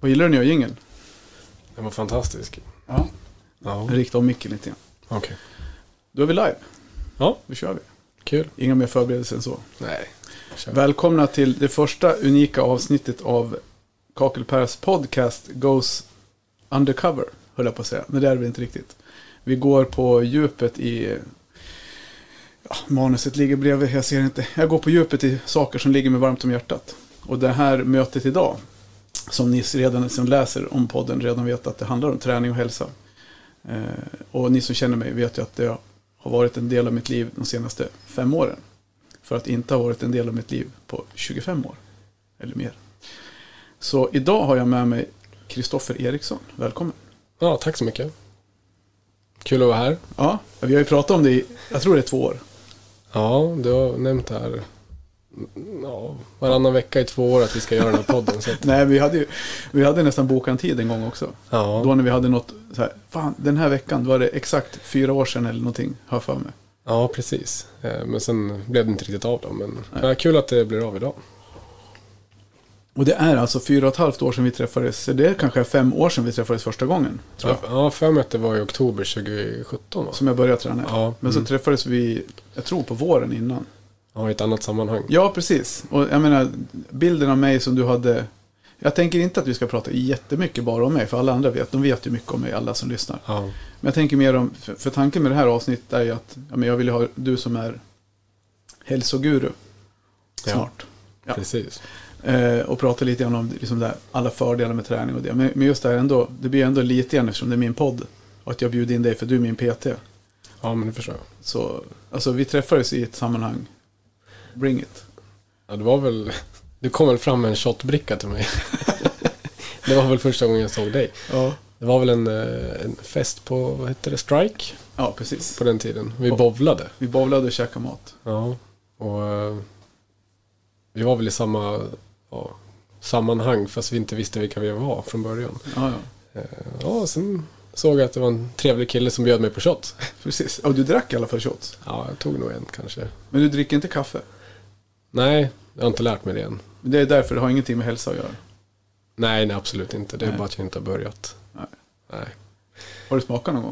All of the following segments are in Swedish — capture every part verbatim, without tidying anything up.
Vad gillar du nya jingeln? Den var fantastisk. Ja. Ja. Jag riktar om micken lite grann. Okej. Okay. Då är vi live. Ja. Då kör vi. Kul. Inga mer förberedelser än så. Nej. Kör. Välkomna till det första unika avsnittet av Kakelpärs podcast Goes Undercover, höll jag på att säga. Men det är vi inte riktigt. Vi går på djupet i... Ja, manuset ligger bredvid, jag ser inte. Jag går på djupet i saker som ligger mig varmt om hjärtat. Och det här mötet idag, som ni redan som läser om podden redan vet att det handlar om träning och hälsa. Eh, och ni som känner mig vet ju att det har varit en del av mitt liv de senaste fem åren. För att inte ha varit en del av mitt liv på tjugofem år. Eller mer. Så idag har jag med mig Kristoffer Eriksson. Välkommen. Ja, tack så mycket. Kul att vara här. Ja, vi har ju pratat om det i, jag tror det är två år. Ja, du har nämnt det här ja, varannan vecka i två år att vi ska göra den här podden. Så att... Nej, vi hade ju vi hade nästan bokat en tid en gång också. Ja. Då när vi hade något så här, fan, den här veckan var det exakt fyra år sedan eller någonting, hör för mig. Ja, precis. Men sen blev det inte riktigt av då. Men det är kul att det blir av idag. Och det är alltså fyra och ett halvt år sedan vi träffades. Det är kanske fem år sedan vi träffades första gången, tror jag. Ja, för mig att det var i oktober tjugosjutton. Va? Som jag började träna. Ja. Men så mm. träffades vi, jag tror på våren innan. Ja, i ett annat sammanhang. Ja, precis. Och jag menar, bilden av mig som du hade... Jag tänker inte att vi ska prata jättemycket bara om mig, för alla andra vet. De vet ju mycket om mig, alla som lyssnar. Ja. Men jag tänker mer om... För, för tanken med det här avsnittet är ju att ja, men jag vill ha du som är hälsoguru snart. Ja, ja. precis. Eh, och prata lite grann om liksom där, alla fördelar med träning och det. Men, men just det här ändå, det blir ändå lite grann eftersom det är min podd. Och att jag bjuder in dig för du är min P T. Ja, men det förstår jag. Så, alltså vi träffades i ett sammanhang. Bring it. Ja, det var väl... Du kom väl fram med en shotbricka till mig. Det var väl första gången jag såg dig. Ja. Det var väl en, en fest på, vad heter det, Strike? Ja, precis. På den tiden. Vi Och, bowlade. Vi bowlade och käkade mat. Ja, och uh, vi var väl i samma ja, sammanhang fast vi inte visste vilka vi var från början. Ja, ja. Uh, ja, sen såg jag att det var en trevlig kille som bjöd mig på shot. Precis. Och du drack i alla fall shots. Ja, jag tog nog en kanske. Men du dricker inte kaffe? Nej, jag har inte lärt mig det än. Men det är därför det har ingenting med hälsa att göra. Nej, nej absolut inte. Det är Nej. bara att jag inte har börjat. Nej. Nej. Har du smakat någon gång?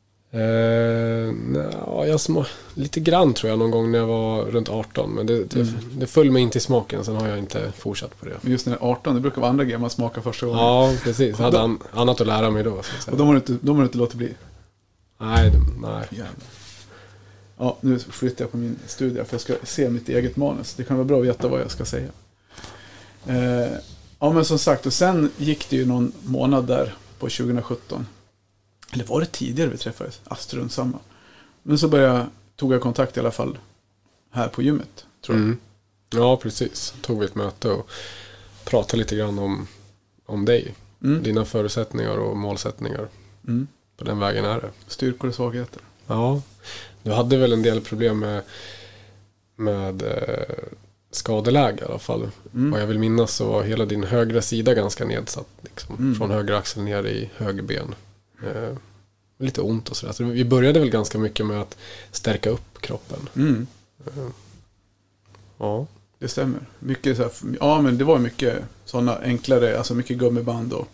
Uh, ja, jag smak lite grann tror jag någon gång när jag var runt arton. Men det, det, mm. det föll mig inte i smaken. Sen har jag inte fortsatt på det. Men just när det är arton, det brukar vara andra grejer man smakar första gången. Ja, precis. Jag hade an, annat att lära mig då. Så att säga. Och de har du inte, de har du inte låtit bli? Nej, nej. Jävlar. Ja, nu flyttar jag på min studie för jag ska se mitt eget manus. Det kan vara bra att veta vad jag ska säga. Eh, ja, men som sagt, och sen gick det ju någon månad där på tjugosjutton. Eller var det tidigare vi träffades? Strunt samma. Men så började, tog jag kontakt i alla fall här på gymmet, tror jag. Mm. Ja, precis. Tog vi ett möte och pratade lite grann om, om dig. Mm. Dina förutsättningar och målsättningar. Mm. På den vägen är det. Styrkor och svagheter. Ja, du hade väl en del problem med, med eh, skadeläge i alla fall. Mm. Vad jag vill minnas så var hela din högra sida ganska nedsatt. Liksom, mm. Från höger axel ner i höger ben. Eh, lite ont och sådär. Så vi började väl ganska mycket med att stärka upp kroppen. Mm. Eh, ja. Det stämmer. Mycket så här, ja, men det var mycket sådana enklare, alltså mycket gummiband och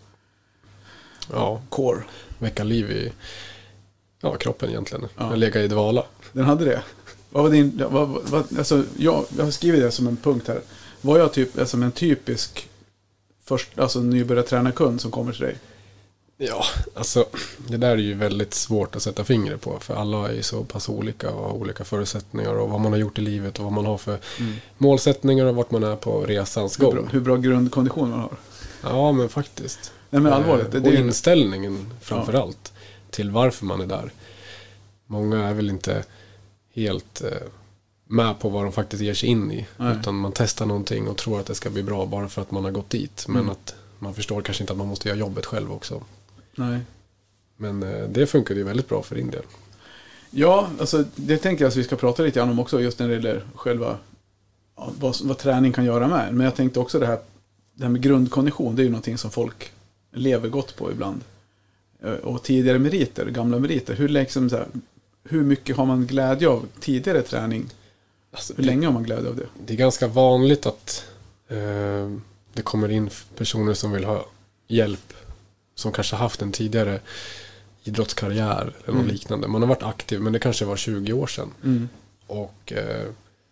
ja, core. Väcka liv i ja, kroppen egentligen. Ja. Jag lägger i dvala. Den hade det. Vad var din, vad, vad, alltså, jag, jag har skrivit det som en punkt här. Var jag typ alltså, en typisk först, alltså, nybörjartränarkund som kommer till dig? Ja, alltså det där är ju väldigt svårt att sätta fingret på. För alla är ju så pass olika och har olika förutsättningar och vad man har gjort i livet och vad man har för mm. målsättningar och vart man är på resans gång. Hur bra, hur bra grundkondition man har. Ja, men faktiskt. Nej, men allvarligt. Det, och det är inställningen framförallt ja. till varför man är där. Många är väl inte helt eh, med på vad de faktiskt ger sig in i. Nej. Utan man testar någonting och tror att det ska bli bra bara för att man har gått dit. Men mm. att man förstår kanske inte att man måste göra jobbet själv också. Nej. Men eh, det funkar ju väldigt bra för din del. Ja, alltså det tänker jag att vi ska prata lite om också. Just när det gäller själva ja, vad, vad träning kan göra med. Men jag tänkte också det här, det här med grundkondition. Det är ju någonting som folk lever gott på ibland. Och tidigare meriter, gamla meriter. Hur, liksom, så här, hur mycket har man glädje av tidigare träning? Alltså, hur länge har man glädje av det? Det är ganska vanligt att eh, det kommer in personer som vill ha hjälp som kanske haft en tidigare idrottskarriär eller något mm. liknande. Man har varit aktiv, men det kanske var tjugo år sedan. Mm. Och eh,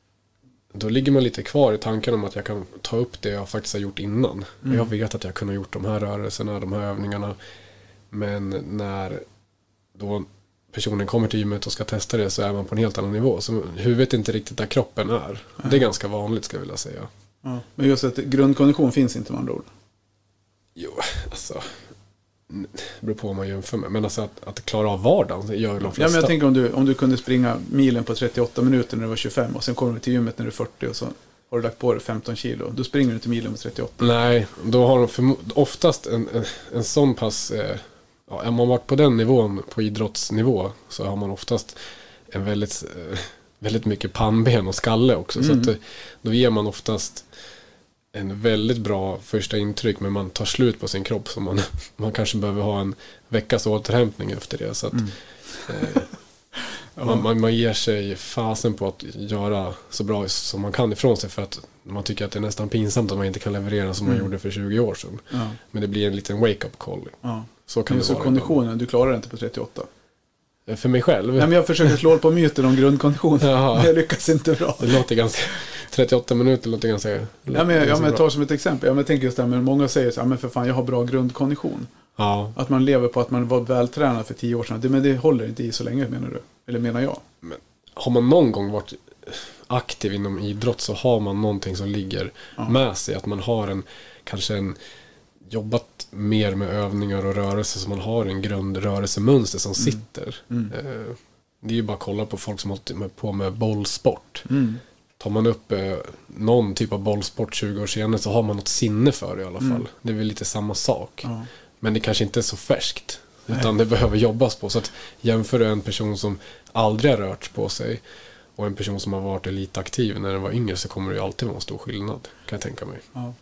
då ligger man lite kvar i tanken om att jag kan ta upp det jag faktiskt har gjort innan. Mm. Jag vet att jag kunde ha gjort de här rörelserna, de här övningarna. Men när då personen kommer till gymmet och ska testa det så är man på en helt annan nivå. Så huvudet är inte riktigt där kroppen är. Mm. Det är ganska vanligt, ska jag vilja säga. Ja. Men just att grundkondition finns inte med andra ord. Jo, alltså... Det beror på vad man jämför med. Men alltså att, att klara av vardagen gör de flesta. Ja, men jag tänker om du, om du kunde springa milen på trettioåtta minuter när du var tjugofem och sen kommer du till gymmet när du är fyrtio och så har du lagt på dig femton kilo. Då springer du inte milen på trettioåtta. Nej, då har de för, oftast en, en, en sån pass... Eh, ja, om man varit på den nivån, på idrottsnivå, så har man oftast en väldigt, eh, väldigt mycket pannben och skalle också. Mm. Så att, då ger man oftast... en väldigt bra första intryck, men man tar slut på sin kropp, så man, man kanske behöver ha en veckas återhämtning efter det. Så att, mm. eh, man, man, man ger sig fasen på att göra så bra som man kan ifrån sig, för att man tycker att det är nästan pinsamt att man inte kan leverera som mm. man gjorde för tjugo år sedan. Ja. Men det blir en liten wake-up call. Ja. Så kan det så vara. Konditionen, du klarar det inte på trettioåtta. För mig själv? Nej, men jag försöker slå på myten om grundkondition. Men jag lyckas inte bra. Det låter ganska... trettioåtta minuter låter ganska... Ja, men jag, ja, men jag tar som ett exempel. Ja, men jag tänker just det här, men många säger så här, men för fan, jag har bra grundkondition. Ja. Att man lever på att man var vältränad för tio år sedan. Det, men det håller inte i så länge, menar du? Eller menar jag? Men har man någon gång varit aktiv inom idrott, så har man någonting som ligger ja. med sig. Att man har en, kanske en... jobbat mer med övningar och rörelser, så man har en grundrörelsemönster som mm. sitter. Mm. Eh, det är ju bara att kolla på folk som håller på med bollsport. Mm. Tar man upp eh, någon typ av bollsport tjugo år senare, så har man något sinne för det i alla fall. Mm. Det är väl lite samma sak. Ja. Men det kanske inte är så färskt, utan Nej. det behöver jobbas på. Så att jämför en person som aldrig har rört på sig och en person som har varit elitaktiv när den var yngre, så kommer det ju alltid vara en stor skillnad, kan jag tänka mig. Ja.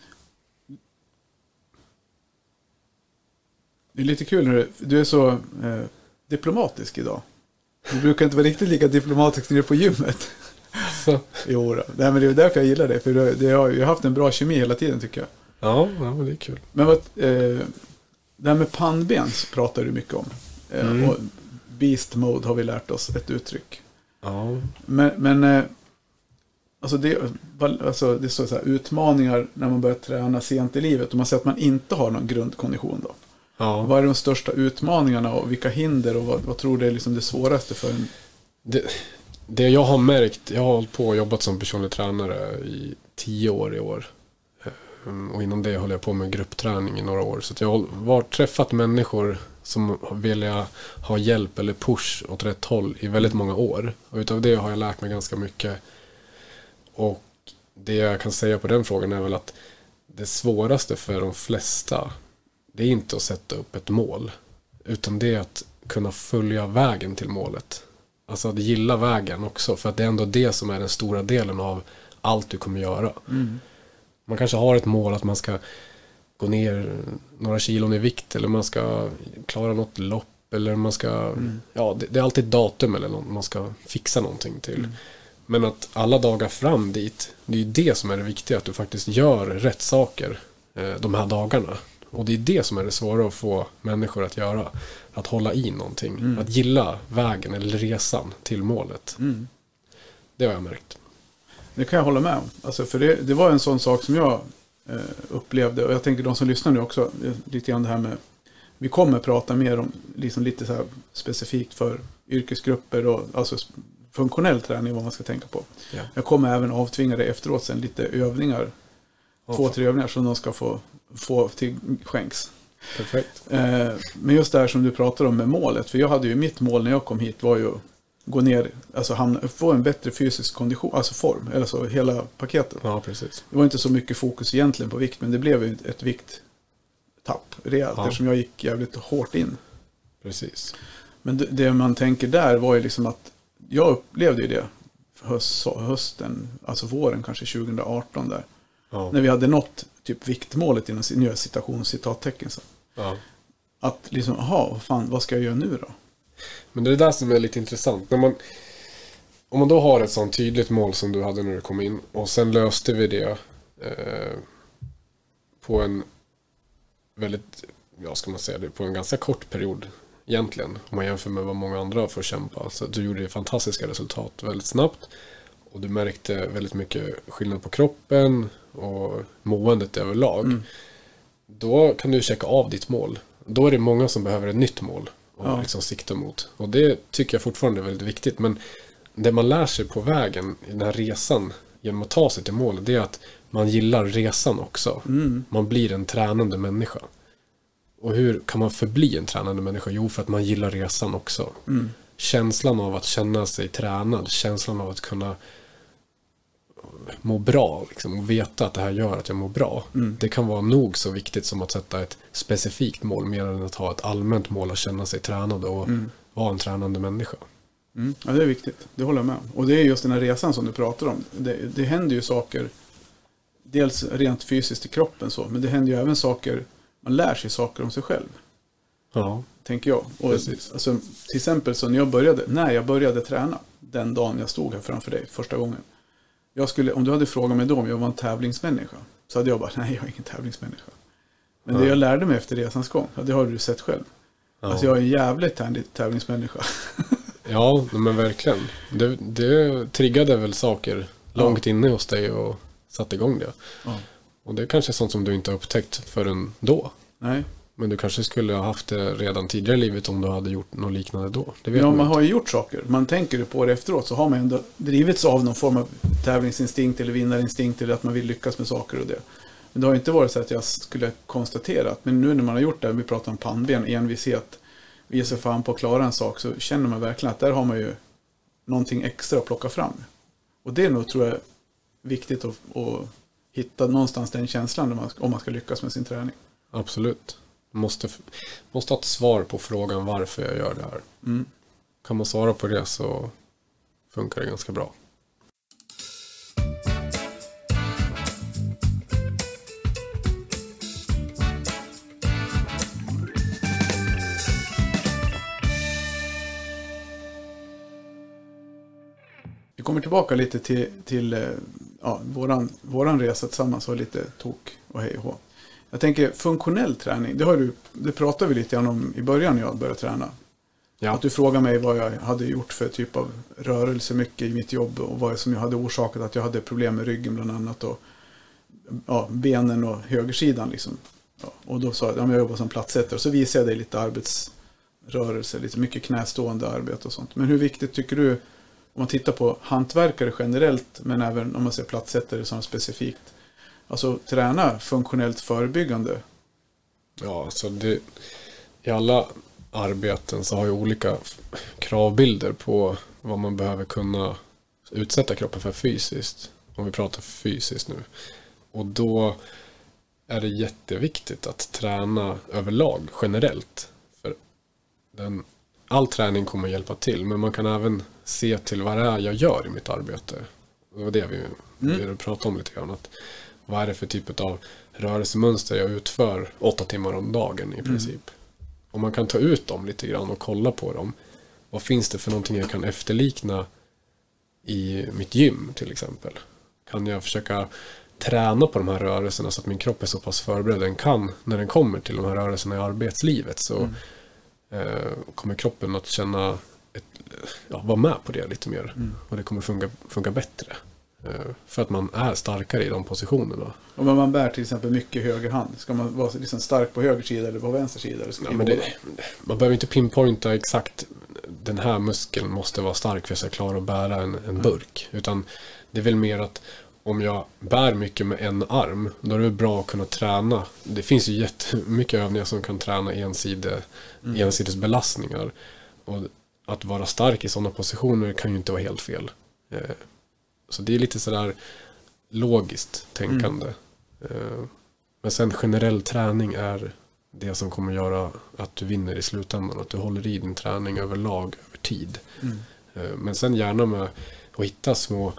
Det är lite kul när du, du är så eh, diplomatisk idag. Du brukar inte vara riktigt lika diplomatisk när du är på gymmet. Så. Jo då. Nej, men det är därför jag gillar det. För det, det har ju haft en bra kemi hela tiden, tycker jag. Ja, ja, men det är kul. Men vad, eh, det här med pannben pratar du mycket om. Eh, mm. Och beast mode har vi lärt oss ett uttryck. Ja. Men, men eh, alltså det, alltså det står så här, utmaningar när man börjar träna sent i livet. Och man säger att man inte har någon grundkondition då. Ja. Vad är de största utmaningarna och vilka hinder, och vad, vad tror du är liksom det svåraste för en... Det, det jag har märkt, jag har hållit på och jobbat som personlig tränare i tio år i år. Och inom det håller jag på med gruppträning i några år. Så att jag har varit, träffat människor som vill ha hjälp eller push åt rätt håll i väldigt många år. Och utav det har jag lärt mig ganska mycket. Och det jag kan säga på den frågan är väl att det svåraste för de flesta, det är inte att sätta upp ett mål, utan det är att kunna följa vägen till målet. Alltså att gilla vägen också, för att det är ändå det som är den stora delen av allt du kommer göra. Mm. Man kanske har ett mål att man ska gå ner några kilon i vikt, eller man ska klara något lopp, eller man ska, mm. ja, det, det är alltid datum eller något, man ska fixa någonting till. Mm. Men att alla dagar fram dit, det är ju det som är det viktiga, att du faktiskt gör rätt saker eh, de här dagarna. Och det är det som är det svåra att få människor att göra. Att hålla i någonting. Mm. Att gilla vägen eller resan till målet. Mm. Det har jag märkt. Det kan jag hålla med om. Alltså, för det, det var en sån sak som jag eh, upplevde. Och jag tänker de som lyssnar nu också. Lite grann det här med. Vi kommer prata mer om liksom lite så här specifikt för yrkesgrupper. Och, alltså funktionell träning, vad man ska tänka på. Ja. Jag kommer även avtvinga det efteråt sen lite övningar. Oh, två, tre övningar som de ska få, få till skänks. Perfekt. Eh, men just det här som du pratar om med målet. För jag hade ju mitt mål när jag kom hit var ju gå ner, alltså hamna, få en bättre fysisk kondition, alltså form, eller så hela paketet. Ja, precis. Det var inte så mycket fokus egentligen på vikt, men det blev ju ett vikttapp rejält, ja. Eftersom jag gick jävligt hårt in. Precis. Men det, det man tänker där var ju liksom att jag upplevde ju det höst, hösten, alltså våren kanske tjugo arton där. Ja. När vi hade nått typ viktmålet inom nya citation, citattecken. Så. Ja. Att liksom, aha, vad fan, vad ska jag göra nu då? Men det är det där som är lite intressant. När man, om man då har ett sånt tydligt mål som du hade när du kom in, och sen löste vi det eh, på en väldigt, ja ska man säga det, på en ganska kort period egentligen. Om man jämför med vad många andra får kämpa. Så du gjorde fantastiska resultat väldigt snabbt. Och du märkte väldigt mycket skillnad på kroppen och måendet överlag. Mm. Då kan du checka av ditt mål. Då är det många som behöver ett nytt mål och ja. liksom sikta mot. Och det tycker jag fortfarande är väldigt viktigt. Men det man lär sig på vägen i den här resan genom att ta sig till målet, det är att man gillar resan också. Mm. Man blir en tränande människa. Och hur kan man förbli en tränande människa? Jo, för att man gillar resan också. Mm. Känslan av att känna sig tränad, känslan av att kunna må bra liksom, och veta att det här gör att jag mår bra. Mm. Det kan vara nog så viktigt som att sätta ett specifikt mål mer än att ha ett allmänt mål att känna sig tränad och mm. vara en tränande människa. Mm. Ja, det är viktigt. Det håller jag med om. Och det är just den här resan som du pratar om. Det, det händer ju saker, dels rent fysiskt i kroppen så, men det händer ju även saker, man lär sig saker om sig själv. Ja. Tänker jag. Och alltså, till exempel så när jag började, när jag började träna den dagen jag stod här framför dig första gången. Jag skulle, om du hade frågat mig då om jag var en tävlingsmänniska, så hade jag bara, nej jag är ingen tävlingsmänniska. Men ja. det jag lärde mig efter resans gång, det har du sett själv. Ja. Alltså jag är en jävligt tävlingsmänniska. Ja, men verkligen. Det, det triggade väl saker långt ja. inne hos dig och satte igång det. Ja. Och det är kanske sånt som du inte har upptäckt förrän då. Nej. Men du kanske skulle ha haft det redan tidigare i livet om du hade gjort något liknande då. Det vet ja, man, man har ju gjort saker. Man tänker på det efteråt, så har man ändå drivits av någon form av tävlingsinstinkt eller vinnarinstinkt eller att man vill lyckas med saker och det. Men det har inte varit så att jag skulle konstatera att, men nu när man har gjort det, vi pratar om pannben, envishet, vi ger sig fan på att klara en sak, så känner man verkligen att där har man ju någonting extra att plocka fram. Och det är nog, tror jag, viktigt att, att hitta någonstans den känslan om man, om man ska lyckas med sin träning. Absolut. Måste, måste ha ett svar på frågan varför jag gör det här. Mm. Kan man svara på det så funkar det ganska bra. Vi kommer tillbaka lite till, till ja, våran, våran resa tillsammans och lite tok och hej och hå. Jag tänker funktionell träning, det, har du, det pratade vi lite om i början när jag började träna. Ja. Att du frågade mig vad jag hade gjort för typ av rörelse mycket i mitt jobb och vad som jag hade orsakat att jag hade problem med ryggen bland annat och ja, benen och högersidan liksom. Ja, och då sa jag att ja, jag jobbar som platsättare och så visade jag dig lite arbetsrörelse, lite mycket knästående arbete och sånt. Men hur viktigt tycker du, om man tittar på hantverkare generellt men även om man ser platsättare som specifikt, alltså träna funktionellt förebyggande? Ja, så det, i alla arbeten så har ju olika kravbilder på vad man behöver kunna utsätta kroppen för fysiskt. Om vi pratar fysiskt nu. Och då är det jätteviktigt att träna överlag generellt. För den, all träning kommer att hjälpa till, men man kan även se till vad det är jag gör i mitt arbete. Det var det vi mm. pratade om lite grann. Att vad är det för typ av rörelsemönster jag utför åtta timmar om dagen i princip. Mm. Om man kan ta ut dem lite grann och kolla på dem. Vad finns det för någonting jag kan efterlikna i mitt gym till exempel? Kan jag försöka träna på de här rörelserna så att min kropp är så pass förberedd den kan när den kommer till de här rörelserna i arbetslivet, så mm. eh, kommer kroppen att känna ett, ja, vara med på det lite mer. Mm. Och det kommer funka, funka bättre. För att man är starkare i de positionerna. Om man bär till exempel mycket höger hand, ska man vara liksom stark på höger sida eller på vänster sida? Eller ja, men det, man behöver inte pinpointa exakt den här muskeln måste vara stark för att jag ska klara att bära en, en burk. Mm. Utan det är väl mer att om jag bär mycket med en arm, då är det bra att kunna träna. Det finns ju jättemycket övningar som kan träna enside, mm. ensides belastningar. Och att vara stark i sådana positioner kan ju inte vara helt fel. Så det är lite sådär logiskt tänkande. Mm. Men sen generell träning är det som kommer göra att du vinner i slutändan. Att du håller i din träning överlag över tid. Mm. Men sen gärna med att hitta små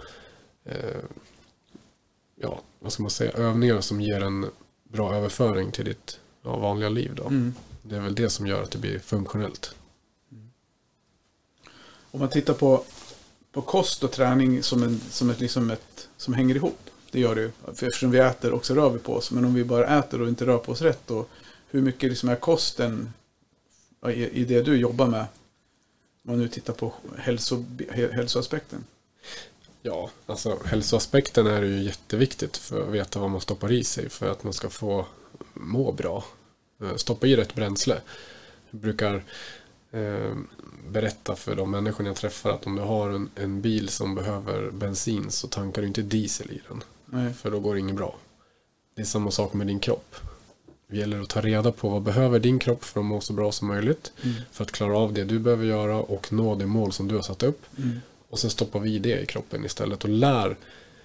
ja, vad ska man säga, övningar som ger en bra överföring till ditt ja, vanliga liv då. Mm. Det är väl det som gör att det blir funktionellt. Mm. Om man tittar på på kost och träning som, en, som, ett, liksom ett, som hänger ihop. Det gör det ju. För eftersom vi äter och så rör vi på oss. Men om vi bara äter och inte rör på oss rätt, då, hur mycket liksom är kosten i, i det du jobbar med? Om man nu tittar på hälso, hälsoaspekten. Ja, alltså hälsoaspekten är ju jätteviktigt för att veta vad man stoppar i sig för att man ska få må bra. Stoppa i rätt bränsle. Jag brukar eh, berätta för de människor jag träffar att om du har en, en bil som behöver bensin så tankar du inte diesel i den. Nej. För då går det inget bra. Det är samma sak med din kropp. Det gäller att ta reda på vad behöver din kropp för att må så bra som möjligt. Mm. För att klara av det du behöver göra och nå det mål som du har satt upp. Mm. Och sen stoppar vi det i kroppen istället och lär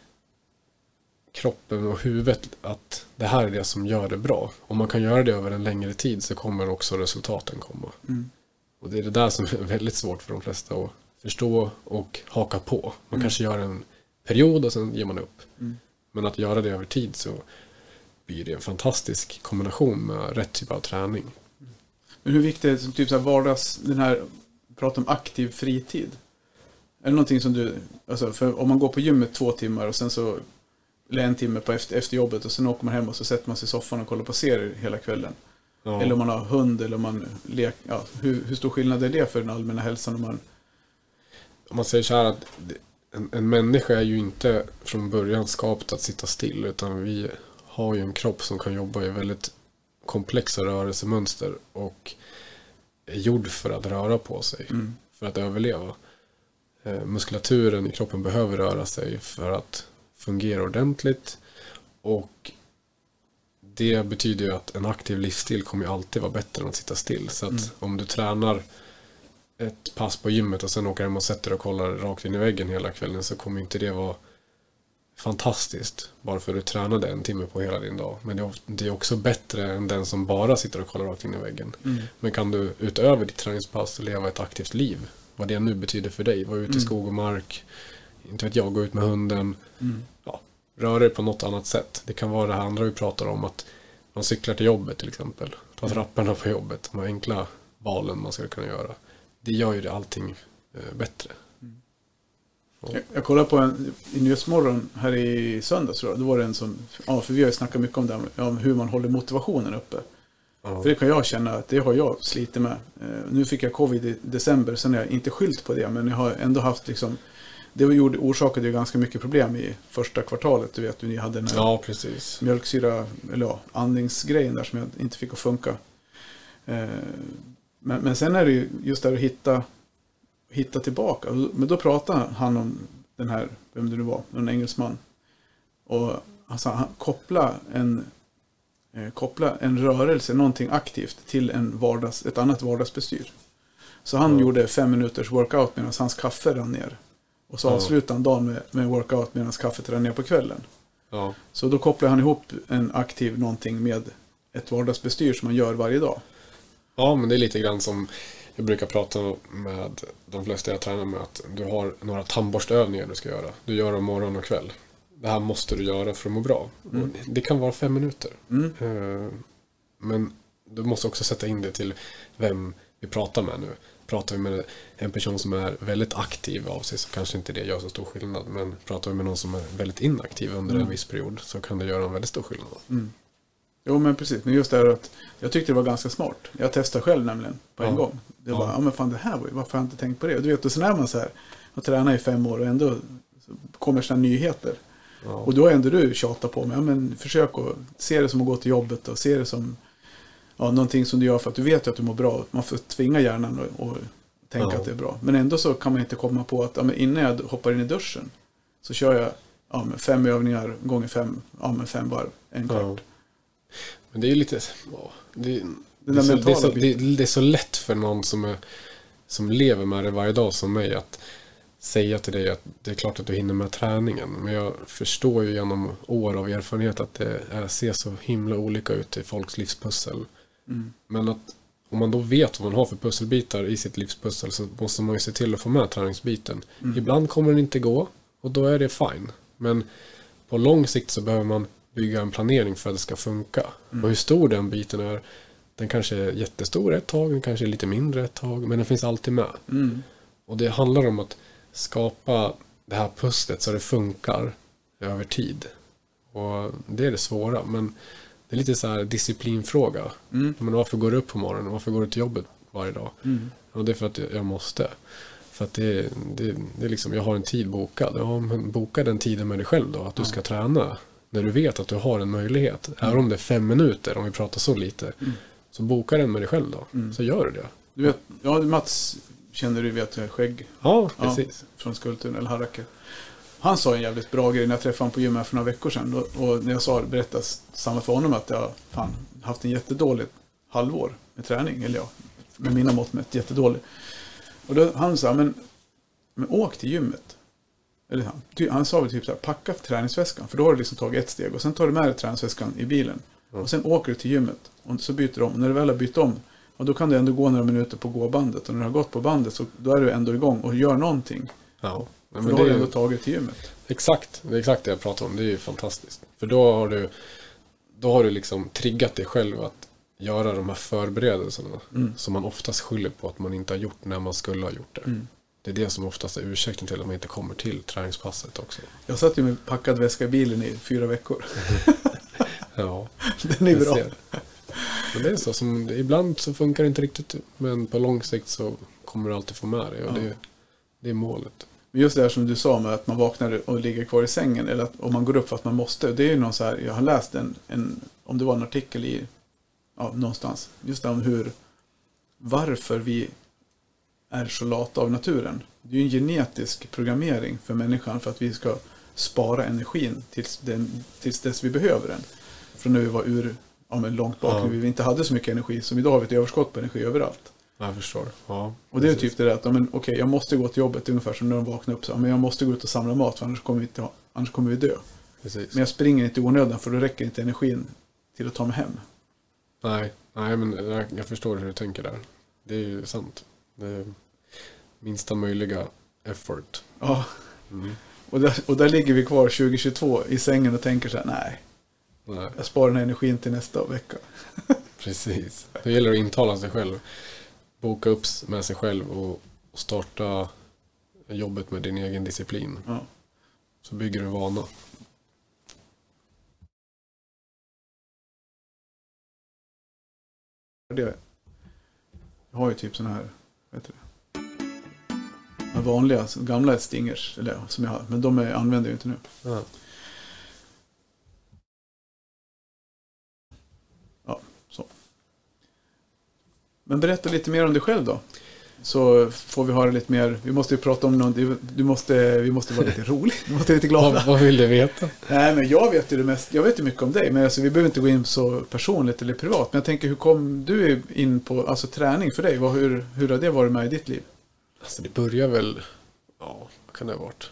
kroppen och huvudet att det här är det som gör det bra. Om man kan göra det över en längre tid så kommer också resultaten komma. Mm. Och det är det där som är väldigt svårt för de flesta att förstå och haka på. Man mm. kanske gör en period och sen ger man upp. Mm. Men att göra det över tid så blir det en fantastisk kombination med rätt typ av träning. Men hur viktigt är det typ så här vardags, den här, prata om aktiv fritid? Är det någonting som du, alltså för om man går på gymmet två timmar och sen så, eller en timme på efter, efter jobbet och sen åker man hem och så sätter man sig i soffan och kollar på serier hela kvällen. Ja. Eller om man har hund eller om man leker, ja, hur, hur stor skillnad är det för den allmänna hälsan? Om man, om man säger så här att en, en människa är ju inte från början skapat att sitta still utan vi har ju en kropp som kan jobba i väldigt komplexa rörelsemönster och är gjord för att röra på sig, mm. för att överleva. Eh, muskulaturen i kroppen behöver röra sig för att fungera ordentligt och det betyder ju att en aktiv livsstil kommer ju alltid vara bättre än att sitta still. Så att mm. om du tränar ett pass på gymmet och sen åker hem och sätter och kollar rakt in i väggen hela kvällen så kommer inte det vara fantastiskt bara för att du tränade en timme på hela din dag. Men det är också bättre än den som bara sitter och kollar rakt in i väggen. Mm. Men kan du utöver ditt träningspass leva ett aktivt liv, vad det nu betyder för dig, vara ute mm. i skog och mark, inte vet jag, gå ut med hunden, mm. ja, röra dig på något annat sätt. Det kan vara det här andra vi pratar om, att man cyklar till jobbet till exempel, ta trapporna på jobbet, de här enkla valen man ska kunna göra. Det gör ju det allting eh, bättre. Jag, jag kollade på en i Nyhetsmorgon här i söndags, tror jag. Då var det en som, ja, för vi har ju snackat mycket om det, om hur man håller motivationen uppe. Ja. För det kan jag känna att det har jag slitit med. Eh, nu fick jag covid i december, sen har jag inte skylt på det, men jag har ändå haft liksom, det gjorde, orsakade ju ganska mycket problem i första kvartalet. Du vet, ni hade den här ja, precis. mjölksyra, eller ja, andningsgrejen där som jag inte fick att funka. Eh, men, men sen är det ju just där att hitta hitta tillbaka. Men då pratade han om den här, vem det nu var, en engelsman. Och alltså, han koppla en eh, koppla en rörelse, någonting aktivt till en vardags, ett annat vardagsbestyr. Så han mm. gjorde fem minuters workout medan hans kaffe rann ner. Och så mm. avslutade han dagen med, med workout medan kaffet rann ner på kvällen. Mm. Så då kopplar han ihop en aktiv någonting med ett vardagsbestyr som man gör varje dag. Ja, men det är lite grann som jag brukar prata med de flesta jag tränar med, att du har några tandborstövningar du ska göra. Du gör dem morgon och kväll. Det här måste du göra för att må bra. Mm. Det kan vara fem minuter. Mm. Men du måste också sätta in det till vem vi pratar med nu. Pratar vi med en person som är väldigt aktiv av sig så kanske inte det gör så stor skillnad. Men pratar vi med någon som är väldigt inaktiv under mm. en viss period så kan det göra en väldigt stor skillnad. Mm. Jo, men precis. Men just det här att jag tyckte det var ganska smart. Jag testade själv nämligen på en ja. gång. Det var, ja. ja men fan det här var ju, varför har jag inte tänkt på det? Och du vet, och sen är man så här och tränar i fem år och ändå kommer sådana nyheter. Ja. Och då är ändå du tjatar på mig. Ja, men försök att se det som att gå till jobbet och se det som ja, någonting som du gör för att du vet att du mår bra. Man får tvinga hjärnan och, och tänka ja. att det är bra. Men ändå så kan man inte komma på att ja, men innan jag hoppar in i duschen så kör jag ja, med fem övningar gånger fem, ja, med fem varv, en kvart. Ja. Men det är ju lite ja, det, det, är så, det, är så, det, det är så lätt för någon som, är, som lever med det varje dag som mig att säga till dig att det är klart att du hinner med träningen. Men jag förstår ju genom år av erfarenhet att det är, ser så himla olika ut i folks livspussel. Mm. Men att om man då vet vad man har för pusselbitar i sitt livspussel så måste man ju se till att få med träningsbiten. Mm. Ibland kommer den inte gå och då är det fine. Men på lång sikt så behöver man bygga en planering för att det ska funka. Mm. Och hur stor den biten är, den kanske är jättestor ett tag, den kanske är lite mindre ett tag, men den finns alltid med. Mm. Och det handlar om att skapa det här pusslet så det funkar över tid. Och det är det svåra, men det är lite så här disciplinfråga. Mm. Men varför går du upp på morgonen? Varför går du till jobbet varje dag? Mm. Och det är för att jag måste. För att det, det, det är liksom, jag har en tid bokad. Ja, men boka den tiden med dig själv då. Att du ska träna. När du vet att du har en möjlighet. Mm. Även om det är fem minuter, om vi pratar så lite. Mm. Så boka den med dig själv då. Mm. Så gör du det. Du vet, ja, Mats känner du vet skägg. Ja, precis. Ja, från Skultun eller Harrake. Han sa en jävligt bra grej när jag träffade honom på gymmet för några veckor sedan. Och, och när jag sa, berättade samma för honom att jag fan haft en jättedålig halvår med träning. Eller ja, med mina mått mätt jättedålig. Och då han sa, men, men åk till gymmet. Eller han, ty, han sa väl typ så här, packa för träningsväskan. För då har du liksom tagit ett steg. Och sen tar du med dig träningsväskan i bilen. Mm. Och sen åker du till gymmet. Och så byter du om. Och när du väl har bytt om. Och då kan du ändå gå några minuter på gåbandet. Och när du har gått på bandet så då är du ändå igång och gör någonting. Ja. Men för då har du ändå tagit till gymmet. Exakt, det är exakt det jag pratar om. Det är ju fantastiskt. För då har du då har du liksom triggat dig själv att göra de här förberedelserna. Mm. Som man oftast skyller på att man inte har gjort när man skulle ha gjort det. Mm. Det är det som oftast är ursäkten till att man inte kommer till träningspasset också. Jag satt ju med packad väska i bilen i fyra veckor. Ja, den är bra. Ser. Men det är så, som, ibland så funkar det inte riktigt. Men på lång sikt så kommer du alltid få med dig. Och ja. det, det är målet. Men just det här som du sa med att man vaknar och ligger kvar i sängen. Eller att om man går upp för att man måste. Det är ju någon så här, jag har läst en, en om det var en artikel i ja, någonstans. Just det om hur, varför vi är så lata av naturen. Det är ju en genetisk programmering för människan för att vi ska spara energin tills, den, tills dess vi behöver den. Från när vi var ur, ja, men långt bak, ja. när vi inte hade så mycket energi. Som idag har vi ett överskott på energi överallt. Jag förstår. Ja, och det är typ det där att ja, men, okej, jag måste gå till jobbet ungefär som när de vaknar upp. Så, ja, men jag måste gå ut och samla mat för annars kommer vi, inte ha, annars kommer vi dö. Precis. Men jag springer inte i onödan för då räcker inte energin till att ta mig hem. Nej, nej men jag, jag förstår hur du tänker där. Det är ju sant. Det är minsta möjliga effort. Ja, mm. och, där, och där ligger vi kvar tjugo tjugotvå i sängen och tänker så här, nej, nej. Jag sparar den här energin till nästa vecka. Precis. Det gäller att intala sig själv. Boka upp med sig själv och starta jobbet med din egen disciplin. Ja. Så bygger du en vana. Det. Jag har ju typ såna här, vet du det? Vanliga, gamla stingers, eller som jag har, men de är, använder jag inte nu. Ja. Ja, så. Men berätta lite mer om dig själv då. Så får vi höra lite mer. Vi måste ju prata om något. Du måste, vi måste vara lite rolig. Vi måste vara lite glada. Vad vill du veta? Nej, men jag vet ju det mest. Jag vet ju mycket om dig. Men alltså, vi behöver inte gå in så personligt eller privat. Men jag tänker, hur kom du in på alltså, träning för dig? Vad, hur, hur har det varit med i ditt liv? Alltså det börjar väl... Ja, vad kan det ha varit?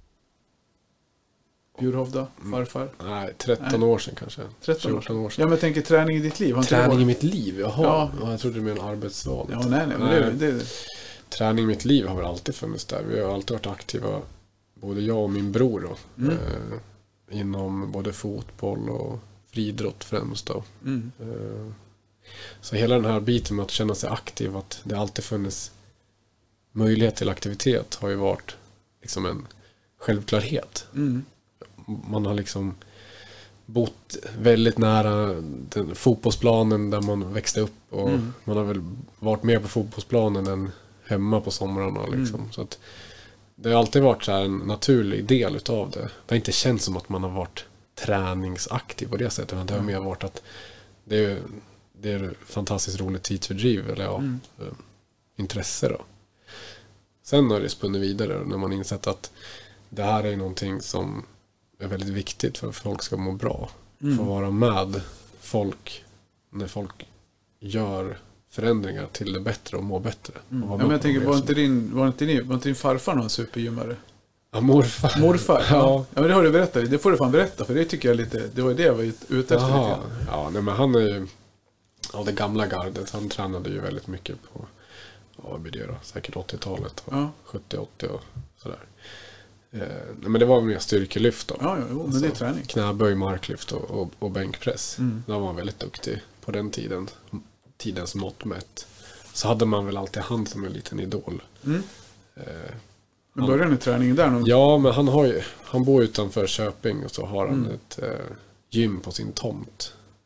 Djurhovda, farfar? Nej, tretton Nej. år sedan kanske. tretton år sedan. år sedan. Ja, men jag tänker träning i ditt liv. Har träning i mitt liv? Jaha. Ja. Ja, jag trodde det var en arbetsval. Ja, nej, nej. Men nej. Det, det... Träning i mitt liv har väl alltid funnits där. Vi har alltid varit aktiva, både jag och min bror då. Mm. Eh, inom både fotboll och friidrott främst då. Mm. Eh, så hela den här biten med att känna sig aktiv, att det alltid funnits möjlighet till aktivitet har ju varit liksom en självklarhet. Mm. Man har liksom bott väldigt nära den fotbollsplanen där man växte upp och mm. man har väl varit mer på fotbollsplanen än hemma på somrarna liksom. Mm. Så att det har alltid varit så här en naturlig del utav det. Det har inte känts som att man har varit träningsaktiv på det sättet, utan det har mer varit att det är, det är fantastiskt roligt tidsfördriv eller ja, mm. intresse då. Sen har det spunnit vidare när man insett att det här är någonting som är väldigt viktigt för att folk ska må bra. Mm. Få vara med folk när folk gör förändringar till det bättre och må bättre. Mm. Ja, men jag tänker, var inte, din, var, inte din, var inte din farfar någon supergymmare? Ja, morfar. Morfar, ja. ja. Ja, men det har du berättat. Det får du fan berätta, för det tycker jag lite, det var det jag var ute efter. Jaha. Lite. Ja, nej, men han är ju av det gamla gardet. Han tränade ju väldigt mycket på, ja, vad blir det då? Säkert åttiotalet. Ja. sjuttio åttio och sådär. Eh, men det var mer styrkelyft då. Ja, ja jo, men det är träning. Knäböj, marklyft och, och, och bänkpress. Mm. Då var man väldigt duktig på den tiden. Tidens mått mätt. Så hade man väl alltid han som en liten idol. Mm. Eh, men började ni träningen där någon? Ja, men han har ju, han bor utanför Köping och så har han mm. ett eh, gym på sin tomt.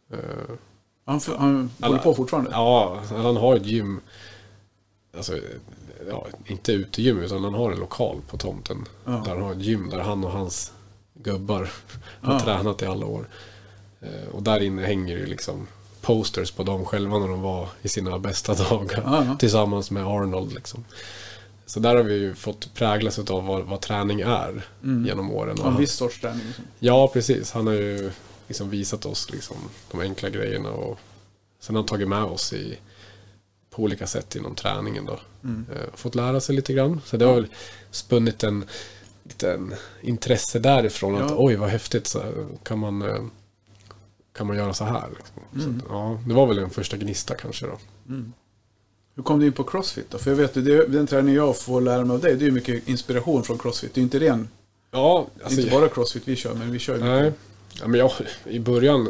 Uh, han han håller på fortfarande? Ja, han har ett gym. Alltså, ja, inte utegym utan han har en lokal på tomten. Ja. Där han har ett gym där han och hans gubbar har ja. tränat i alla år. Uh, och där inne hänger ju liksom posters på dem själva när de var i sina bästa dagar. Ja, ja. Tillsammans med Arnold liksom. Så där har vi ju fått präglas av vad, vad träning är mm. genom åren. Och en viss sorts träning. Liksom. Ja, precis. Han har ju liksom visat oss liksom de enkla grejerna. Och sen har han tagit med oss i, på olika sätt inom träningen. Då. Mm. Eh, fått lära sig lite grann. Så det har väl spunnit en liten intresse därifrån. Ja. Att oj, vad häftigt. Så kan, man, eh, kan man göra så här? Liksom. Mm. Så, ja, det var väl en första gnista kanske då. Mm. Hur kom du in på CrossFit då? För jag vet, det, den träning jag får lära mig av dig, det är ju mycket inspiration från CrossFit. Det är inte ren, ja, alltså, det är inte bara CrossFit vi kör, men vi kör ju nej. Ja, men jag, i början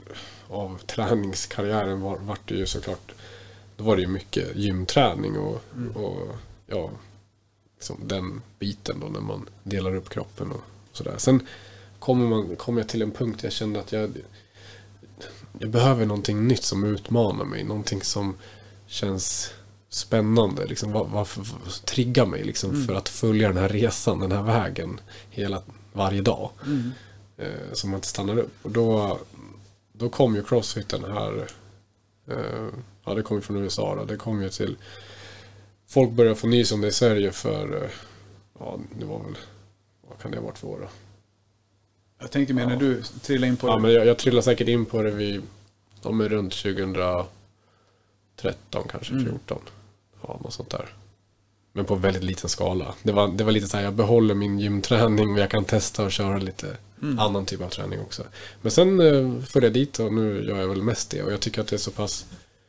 av träningskarriären var, var det ju såklart, då var det ju mycket gymträning och, mm. och ja, liksom den biten då när man delar upp kroppen och sådär. Sen kommer man, kom jag till en punkt jag kände att jag, jag behöver någonting nytt som utmanar mig, någonting som känns spännande liksom, var, varför triggar mig liksom, mm. för att följa den här resan, den här vägen hela, varje dag mm. eh, som man inte stannar upp. Och då, då kom ju CrossFit den här eh, ja, det kom ju från U S A då. Det kom ju till folk började få nys om det i Sverige för eh, ja, det var väl, vad kan det ha varit för år då? Jag tänkte mer ja. när du trillade in på ja, det. Men jag, jag trillade säkert in på det vid, de är runt tjugo tretton kanske, fjorton. Mm. Ja, något sånt där. Men på väldigt liten skala. Det var, det var lite så här, jag behåller min gymträning men jag kan testa och köra lite mm. annan typ av träning också. Men sen eh, följde jag dit och nu gör jag väl mest det. Och jag tycker att det är så pass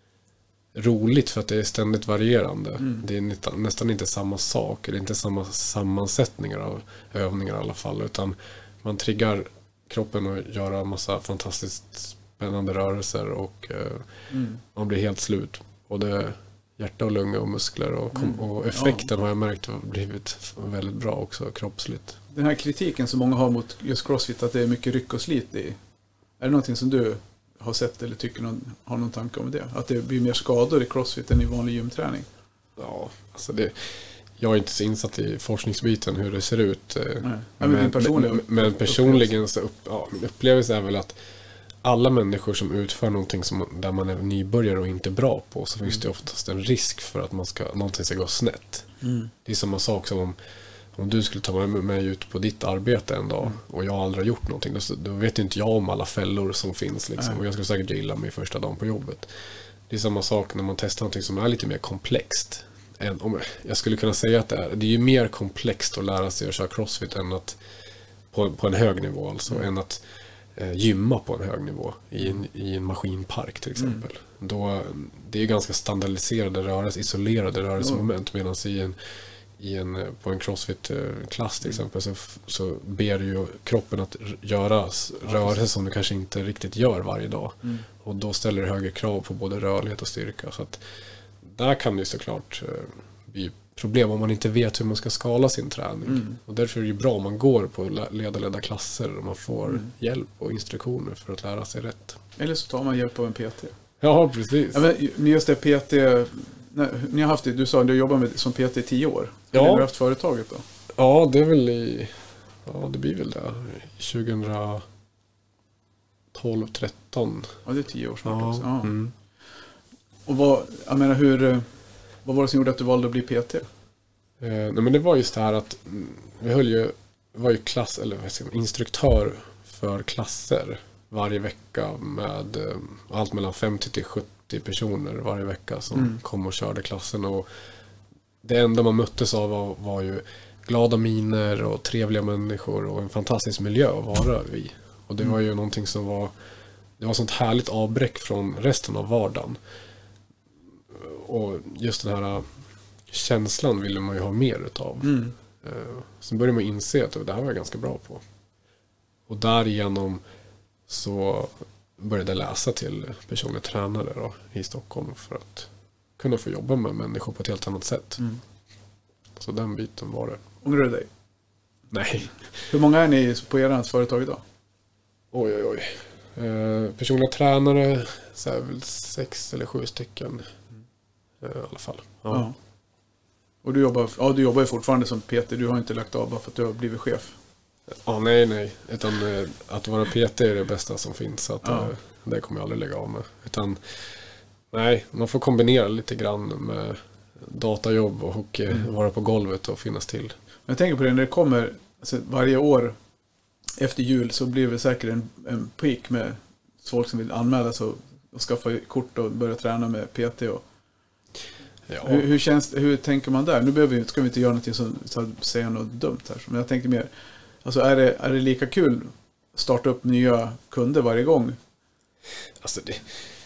roligt för att det är ständigt varierande. Mm. Det är nästan, nästan inte samma sak. Det är inte samma sammansättningar av övningar i alla fall. Utan man triggar kroppen och göra massa fantastiskt spännande rörelser och eh, mm. man blir helt slut. Och det hjärta och lunga och muskler och, kom, mm. och effekten ja. har jag märkt har blivit väldigt bra också kroppsligt. Den här kritiken som många har mot just CrossFit att det är mycket ryck och slit i. Är det någonting som du har sett eller tycker någon, har någon tanke om det? Att det blir mer skador i CrossFit än i vanlig gymträning? Ja, alltså det, jag är inte så insatt i forskningsbiten hur det ser ut. Nej. Men, men, personliga men, men personligen så upp, ja, upplevelse är väl att alla människor som utför någonting som, där man är nybörjare och inte bra på, så finns mm. det oftast en risk för att man ska, någonting ska gå snett. Mm. Det är samma sak som om, om du skulle ta med mig ut på ditt arbete en dag mm. och jag aldrig har gjort någonting, då, då vet inte jag om alla fällor som finns. Liksom, mm. och jag skulle säkert gilla mig första dagen på jobbet. Det är samma sak när man testar någonting som är lite mer komplext. Än, om, jag skulle kunna säga att det är, det är ju mer komplext att lära sig att köra CrossFit än att, på, på en hög nivå alltså, mm. än att gymma på en hög nivå i en, i en maskinpark till exempel. Mm. Då, det är ganska standardiserade rörelser, isolerade rörelsemoment, medan i en, i en, på en CrossFit-klass till exempel så, så ber ju kroppen att göra rörelser som du kanske inte riktigt gör varje dag. Mm. Och då ställer det högre krav på både rörlighet och styrka. Så att där kan det såklart bli problem om man inte vet hur man ska skala sin träning. Mm. Och därför är det ju bra om man går på ledarledda klasser och man får mm. hjälp och instruktioner för att lära sig rätt. Eller så tar man hjälp av en P T. Ja, precis. Ja, men just det P T, nej, ni har haft det, du sa att du jobbar med som P T i tio år. Ja. Har du haft företaget då? Ja, det är väl i, ja det blir väl det, tjugo tolv tretton. Ja, det är tio år snart ja. också. Ja. Mm. Och vad, jag menar hur, vad var det som gjorde att du valde att bli P T? Eh, nej men det var just det här att vi höll ju, var ju klass, eller vad ska man, instruktör för klasser varje vecka med eh, allt mellan femtio till sjuttio personer varje vecka som mm. kom och körde klassen. Och det enda man möttes av var, var ju glada miner och trevliga människor och en fantastisk miljö att vara vid. Och det mm. var ju någonting som var, det var sånt härligt avbräck från resten av vardagen. Och just den här känslan ville man ju ha mer utav. Mm. Sen började man inse att det här var jag ganska bra på. Och därigenom så började jag läsa till personliga tränare då, i Stockholm för att kunna få jobba med människor på ett helt annat sätt. Mm. Så den biten var det. Ångrar du dig? Nej. Hur många är ni på ert företag idag? Oj, oj, oj. Eh, personliga tränare, så här, väl sex eller sju stycken eh, i alla fall. Ja. Ja. Och du jobbar, ja, du jobbar ju fortfarande som P T, du har inte lagt av bara för att du har blivit chef. Ja, nej, nej. Utan eh, att vara P T är det bästa som finns. Så att, Ja. eh, det kommer jag aldrig lägga av med. Utan, nej, man får kombinera lite grann med datajobb och hockey, mm. vara på golvet och finnas till. Jag tänker på det, när det kommer alltså, varje år efter jul så blir det säkert en, en peak med folk som vill anmäla sig och, och skaffa kort och börja träna med P T. Och, Ja. hur, hur, känns, hur tänker man där? Nu behöver vi, ska vi inte göra någonting som så säga något dumt här. Men jag tänker mer, alltså är det, är det lika kul att starta upp nya kunder varje gång? Alltså det,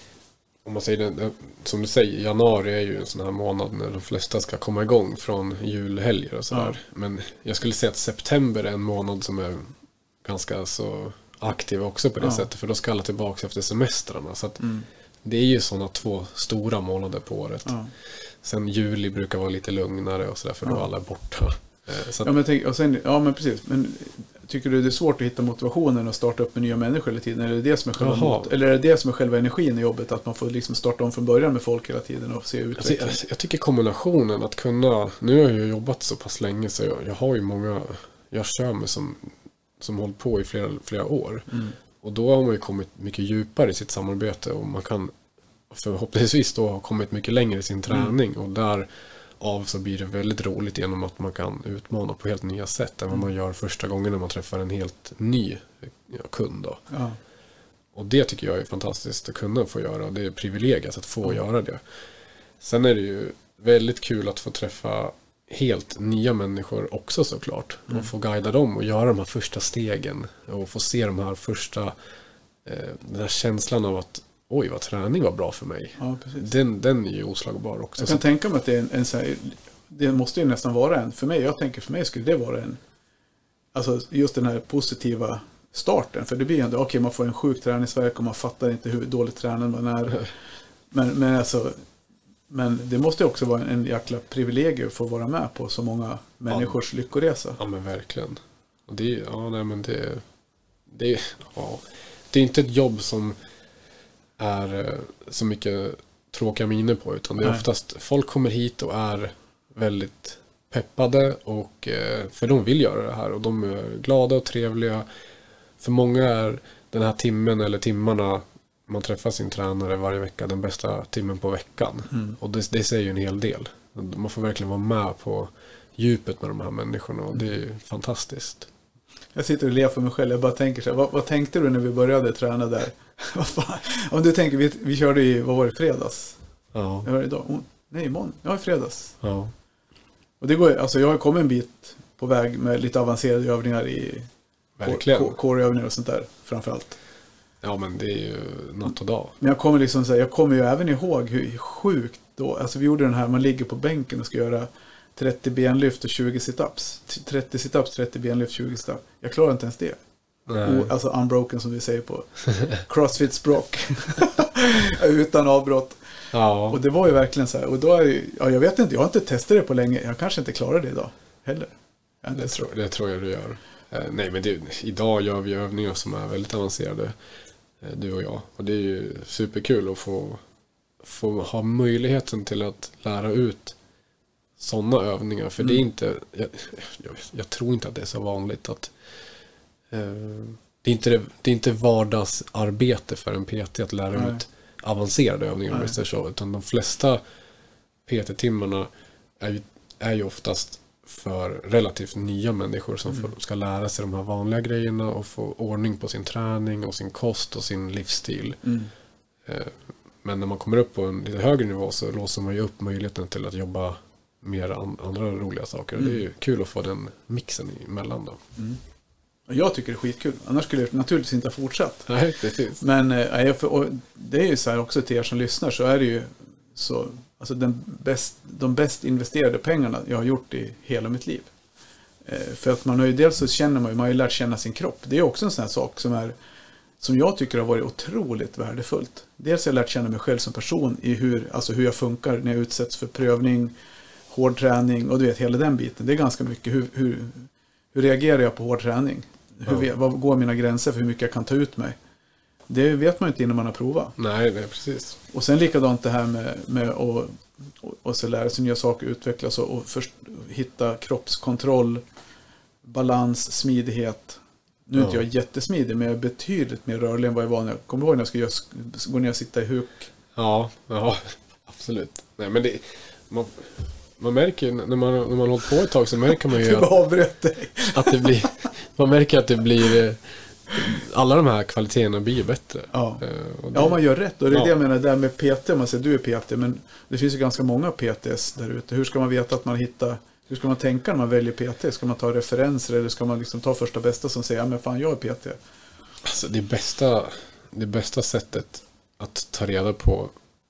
om man säger det, som du säger, januari är ju en sån här månad när de flesta ska komma igång från julhelger och sådär. Ja. Men jag skulle säga att september är en månad som är ganska så aktiv också på det ja. sättet. För då ska alla tillbaka efter semestrarna. Så att mm. det är ju sådana två stora månader på året. Ja. Sen juli brukar vara lite lugnare och sådär för då ja. alla är borta. Så att, ja, men tänk, och sen, ja men precis. Men tycker du det är svårt att hitta motivationen och starta upp med nya människor hela tiden? Eller är det det som är själva, mot, eller är det det som är själva energin i jobbet? Att man får liksom starta om från början med folk hela tiden och se utveckling? Alltså, jag, jag tycker kombinationen att kunna... Nu har jag ju jobbat så pass länge så jag, jag har ju många... Jag kör med som, som hållit på i flera, flera år. Mm. Och då har man ju kommit mycket djupare i sitt samarbete och man kan förhoppningsvis då ha kommit mycket längre i sin träning. Mm. Och där... av så blir det väldigt roligt genom att man kan utmana på helt nya sätt än vad man gör första gången när man träffar en helt ny ja, kund då. Ja. Och det tycker jag är fantastiskt att kunna få göra. Det är privilegiet att få mm. göra det. Sen är det ju väldigt kul att få träffa helt nya människor också såklart. Mm. Och få guida dem och göra de här första stegen och få se de här första eh, den här känslan av att oj, vad träning var bra för mig. Ja, den, den är ju oslagbar också. Jag kan så. tänka mig att det är en, en så här, det måste ju nästan vara en, för mig, jag tänker för mig skulle det vara en, alltså just den här positiva starten. För det blir ändå, okej okay, man får en sjuk träningsvärk och man fattar inte hur dåligt tränad man är. Men, men alltså, men det måste också vara en, en jäkla privilegium att få vara med på så många människors ja. lyckoresa. Ja, men verkligen. Och det, ja, nej, men det, det, ja, det är inte ett jobb som är så mycket tråkiga miner på, utan det är Nej. oftast folk kommer hit och är väldigt peppade och för de vill göra det här och de är glada och trevliga. För många är den här timmen eller timmarna man träffar sin tränare varje vecka den bästa timmen på veckan. Mm. Och det, det säger ju en hel del. Man får verkligen vara med på djupet med de här människorna och det är ju fantastiskt. Jag sitter och ler för mig själv. Jag bara tänker så här, vad, vad tänkte du när vi började träna där? Om du tänker, vi, vi körde i, vad var det, fredags? Ja. Jag var idag. Oh, nej, imorgon. Ja, i fredags. Ja. Och det går, alltså jag har kommit en bit på väg med lite avancerade övningar i core-övningar och sånt där, framförallt. Ja, men det är ju natt och dag. Men jag kommer liksom så här, jag kommer ju även ihåg hur sjukt då, alltså vi gjorde den här, man ligger på bänken och ska göra trettio benlyft och tjugo situps. trettio situps, trettio benlyft, tjugo situps. Jag klarar inte ens det. O, alltså unbroken som vi säger på CrossFit språk. Utan avbrott. Ja. Och det var ju verkligen så här. Och då är ju, ja, jag vet inte, jag har inte testat det på länge. Jag kanske inte klarar det idag heller. Det tror, det tror jag du gör. Eh, nej, men det, idag gör vi övningar som är väldigt avancerade. Eh, du och jag. Och det är ju superkul att få, få ha möjligheten till att lära ut sådana övningar. För mm. det är inte, jag, jag, jag tror inte att det är så vanligt att eh, det är inte det, det är inte vardagsarbete för en P T att lära Nej. ut avancerade övningar, så, utan de flesta P T-timmarna är ju, är ju oftast för relativt nya människor som mm. får, ska lära sig de här vanliga grejerna och få ordning på sin träning och sin kost och sin livsstil. Mm. Eh, men när man kommer upp på en lite högre nivå så låser man ju upp möjligheten till att jobba mer an, andra roliga saker. Mm. Det är ju kul att få den mixen emellan då. Mm. Jag tycker det är skitkul. Annars skulle jag naturligtvis inte ha fortsatt. Nej, precis. Men äh, och det är ju så här också till er som lyssnar, så är det ju så, alltså den bäst, de bäst investerade pengarna jag har gjort i hela mitt liv. Eh, för att man har ju dels så känner man ju, man har ju lärt känna sin kropp. Det är också en sån här sak som är, som jag tycker har varit otroligt värdefullt. Dels har jag lärt känna mig själv som person i hur, alltså hur jag funkar när jag utsätts för prövning, hård träning och du vet hela den biten. Det är ganska mycket hur, hur, hur reagerar jag på hård träning? Hur, ja. Vad går mina gränser för hur mycket jag kan ta ut mig? Det vet man ju inte innan man har provat. Nej, nej, precis. Och sen likadant det här med, med att och, och så lära sig nya saker, utvecklas och, och först, hitta kroppskontroll, balans, smidighet. Nu är inte Ja. jag jättesmidig, men jag är betydligt mer rörlig än vad jag var när jag kommer ihåg när jag skulle göra, gå ner och sitta i huk. Ja, ja, absolut. Nej, men det, man, man märker ju, när man, när man har hållit på ett tag så märker man ju Du bara att, avbröt dig. att det blir, man märker att det blir, eh, alla de här kvaliteterna blir bättre. Ja. Eh, och det, Ja, om man gör rätt. Och det är Ja. det jag menar där med P T. Man säger du är P T, men det finns ju ganska många P T:s där ute. Hur ska man veta att man hittar, hur ska man tänka när man väljer P T? Ska man ta referenser eller ska man liksom ta första bästa som säger, ja men fan jag är P T? Alltså det bästa, det bästa sättet att ta reda på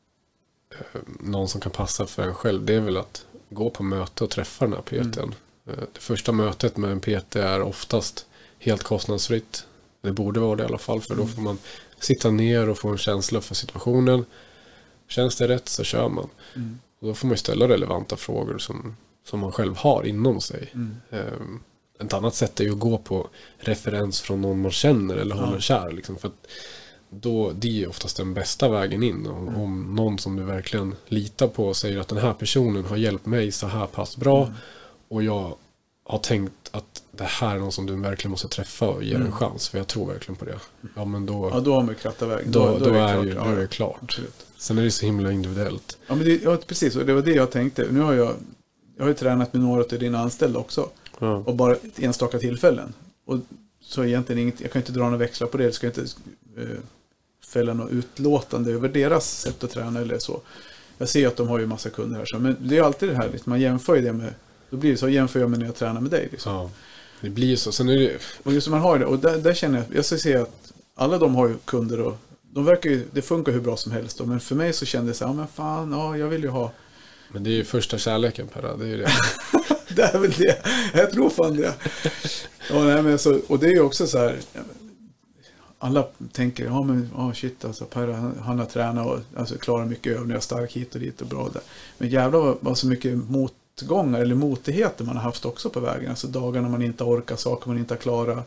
eh, någon som kan passa för en själv, det är väl att gå på möte och träffa den här P T:n. Mm. Eh, det första mötet med en P T är oftast helt kostnadsfritt. Det borde vara det i alla fall, för då får man sitta ner och få en känsla för situationen. Känns det rätt så kör man. Mm. Och då får man ställa relevanta frågor som, som man själv har inom sig. Mm. Um, ett annat sätt är ju att gå på referens från någon man känner eller håller Ja. kär. Liksom, för att då, det är oftast den bästa vägen in. Om, Mm. om någon som du verkligen litar på och säger att den här personen har hjälpt mig så här pass bra. Mm. Och jag har tänkt att det här är någon som du verkligen måste träffa och ge Mm. en chans. För jag tror verkligen på det. Ja, men då, Ja, då har man ju krattat vägen. då, då, det är, klart. ju, då Ja, är det ja. klart. Absolut. Sen är det så himla individuellt. Ja, men det, ja, precis. Och det var det jag tänkte. Nu har jag, jag har ju tränat med några av dina anställda också. Ja. Och bara ett enstaka tillfällen. Och så egentligen inget, jag kan inte dra några växlar på det. Jag ska inte eh, fälla något utlåtande över deras sätt att träna eller så. Jag ser att de har ju massa kunder här. Så, men det är alltid det här, liksom, man jämför ju det med, då blir det så, jämför jag med när jag tränar med dig. Liksom. Ja, det blir så. Sen är det, Och just som man har det, och där, där känner jag, jag ska se att alla de har ju kunder och de verkar ju, det funkar hur bra som helst då, men för mig så kände jag så här, ja men fan, ja jag vill ju ha. men det är ju första kärleken, Perra, det är ju det. Det är väl det, jag tror fan det. Ja, nej, men så, och det är ju också så här, alla tänker, ja men oh shit alltså Per han, han har tränat och alltså, klarar mycket övningar, stark hit och dit och bra där. Men jävlar vad, vad så mycket motgångar eller motigheter man har haft också på vägen. Alltså dagar när man inte orkar, saker man inte har klarat,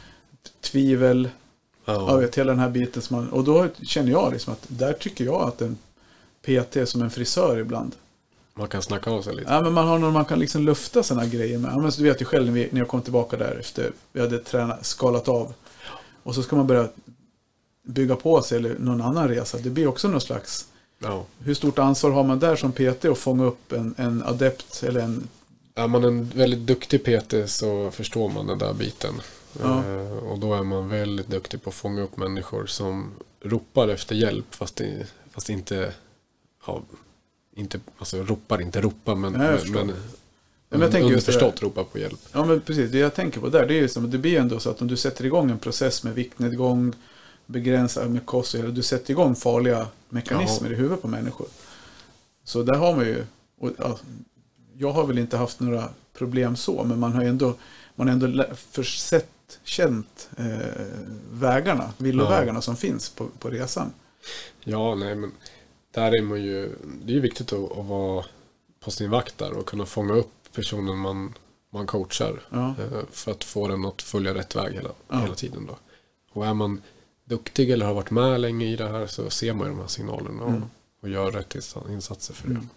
tvivel. Ja. Jag vet, hela den här biten som man, och då känner jag liksom att där tycker jag att en P T är som en frisör ibland. Man kan snacka av sig lite. Ja, men man har någon man kan liksom lufta såna grejer med. Ja, men du vet ju själv när, vi, när jag kom tillbaka där efter vi hade tränat, skalat av. Och så ska man börja bygga på sig eller någon annan resa. Det blir också någon slags, Ja. hur stort ansvar har man där som P T att fånga upp en, en adept eller en. Är man en väldigt duktig P T så förstår man den där biten. Ja. Eh, och då är man väldigt duktig på att fånga upp människor som ropar efter hjälp fast, det, fast inte, ja, inte, alltså ropar inte ropar men, Nej, jag men, förstår. men, Men jag tänker just det underförstått ropar på hjälp. Ja, men precis, det jag tänker på där, det är ju som, det blir ändå så att om du sätter igång en process med viktnedgång, begränsar med kost och du sätter igång farliga mekanismer Ja. i huvudet på människor. Så där har man ju, och, ja, jag har väl inte haft några problem så, men man har ändå, man har ändå lä- försett, känt eh, vägarna, villovägarna Ja. som finns på, på resan. Ja, nej men där är man ju, det är ju viktigt att, att vara på sin vakt där och kunna fånga upp personen man, man coachar. Ja. eh, För att få den att följa rätt väg hela, Ja. hela tiden då. Och är man duktig eller har varit med länge i det här så ser man ju de här signalerna och, Mm. och gör rätt insatser för det. Mm.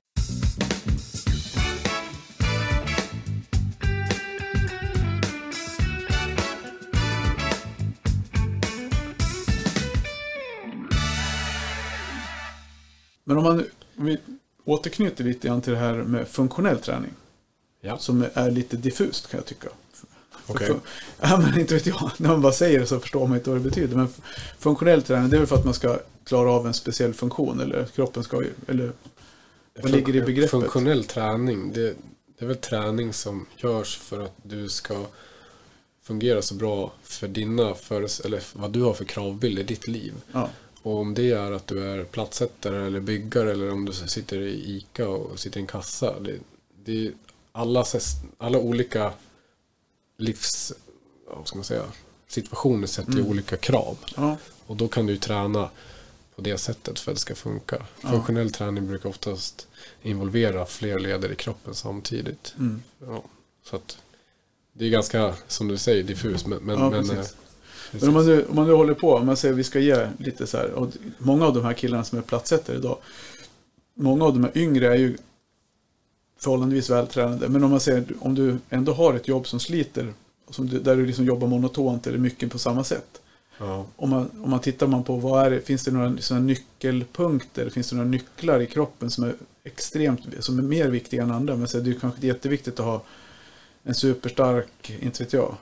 Men om man om vi återknyter lite grann till det här med funktionell träning. Ja. Som är lite diffust kan jag tycka. Okej. För, ja, men inte vet jag. När man bara säger det så förstår man inte vad det betyder. Men funktionell träning, det är väl för att man ska klara av en speciell funktion. Eller kroppen ska ju, eller vad ligger i begreppet? Funktionell träning, det, det är väl träning som görs för att du ska fungera så bra för dina, för, eller vad du har för kravbild i ditt liv. Ja. Och om det är att du är plattsättare eller byggare eller om du sitter i ICA och sitter i en kassa. Det, det är alla, alla olika livs, vad ska man säga, situationer sätter ju Mm. olika krav. Ja. Och då kan du ju träna på det sättet för att det ska funka. Ja. Funktionell träning brukar oftast involvera fler leder i kroppen samtidigt. Mm. Ja, så att det är ganska, som du säger, diffus. Men, men, Ja, men precis. Men om man, nu, om man nu håller på, om man säger att vi ska ge lite så här, och många av de här killarna som är platssättare idag, många av de här yngre är ju förhållandevis vältränade, men om man säger, om du ändå har ett jobb som sliter, som du, där du liksom jobbar monotont eller mycket på samma sätt, ja. om, man, om man tittar man på vad är det, finns det några såna nyckelpunkter, finns det några nycklar i kroppen som är extremt, som är mer viktiga än andra, men så är det ju kanske jätteviktigt att ha en superstark, inte vet jag,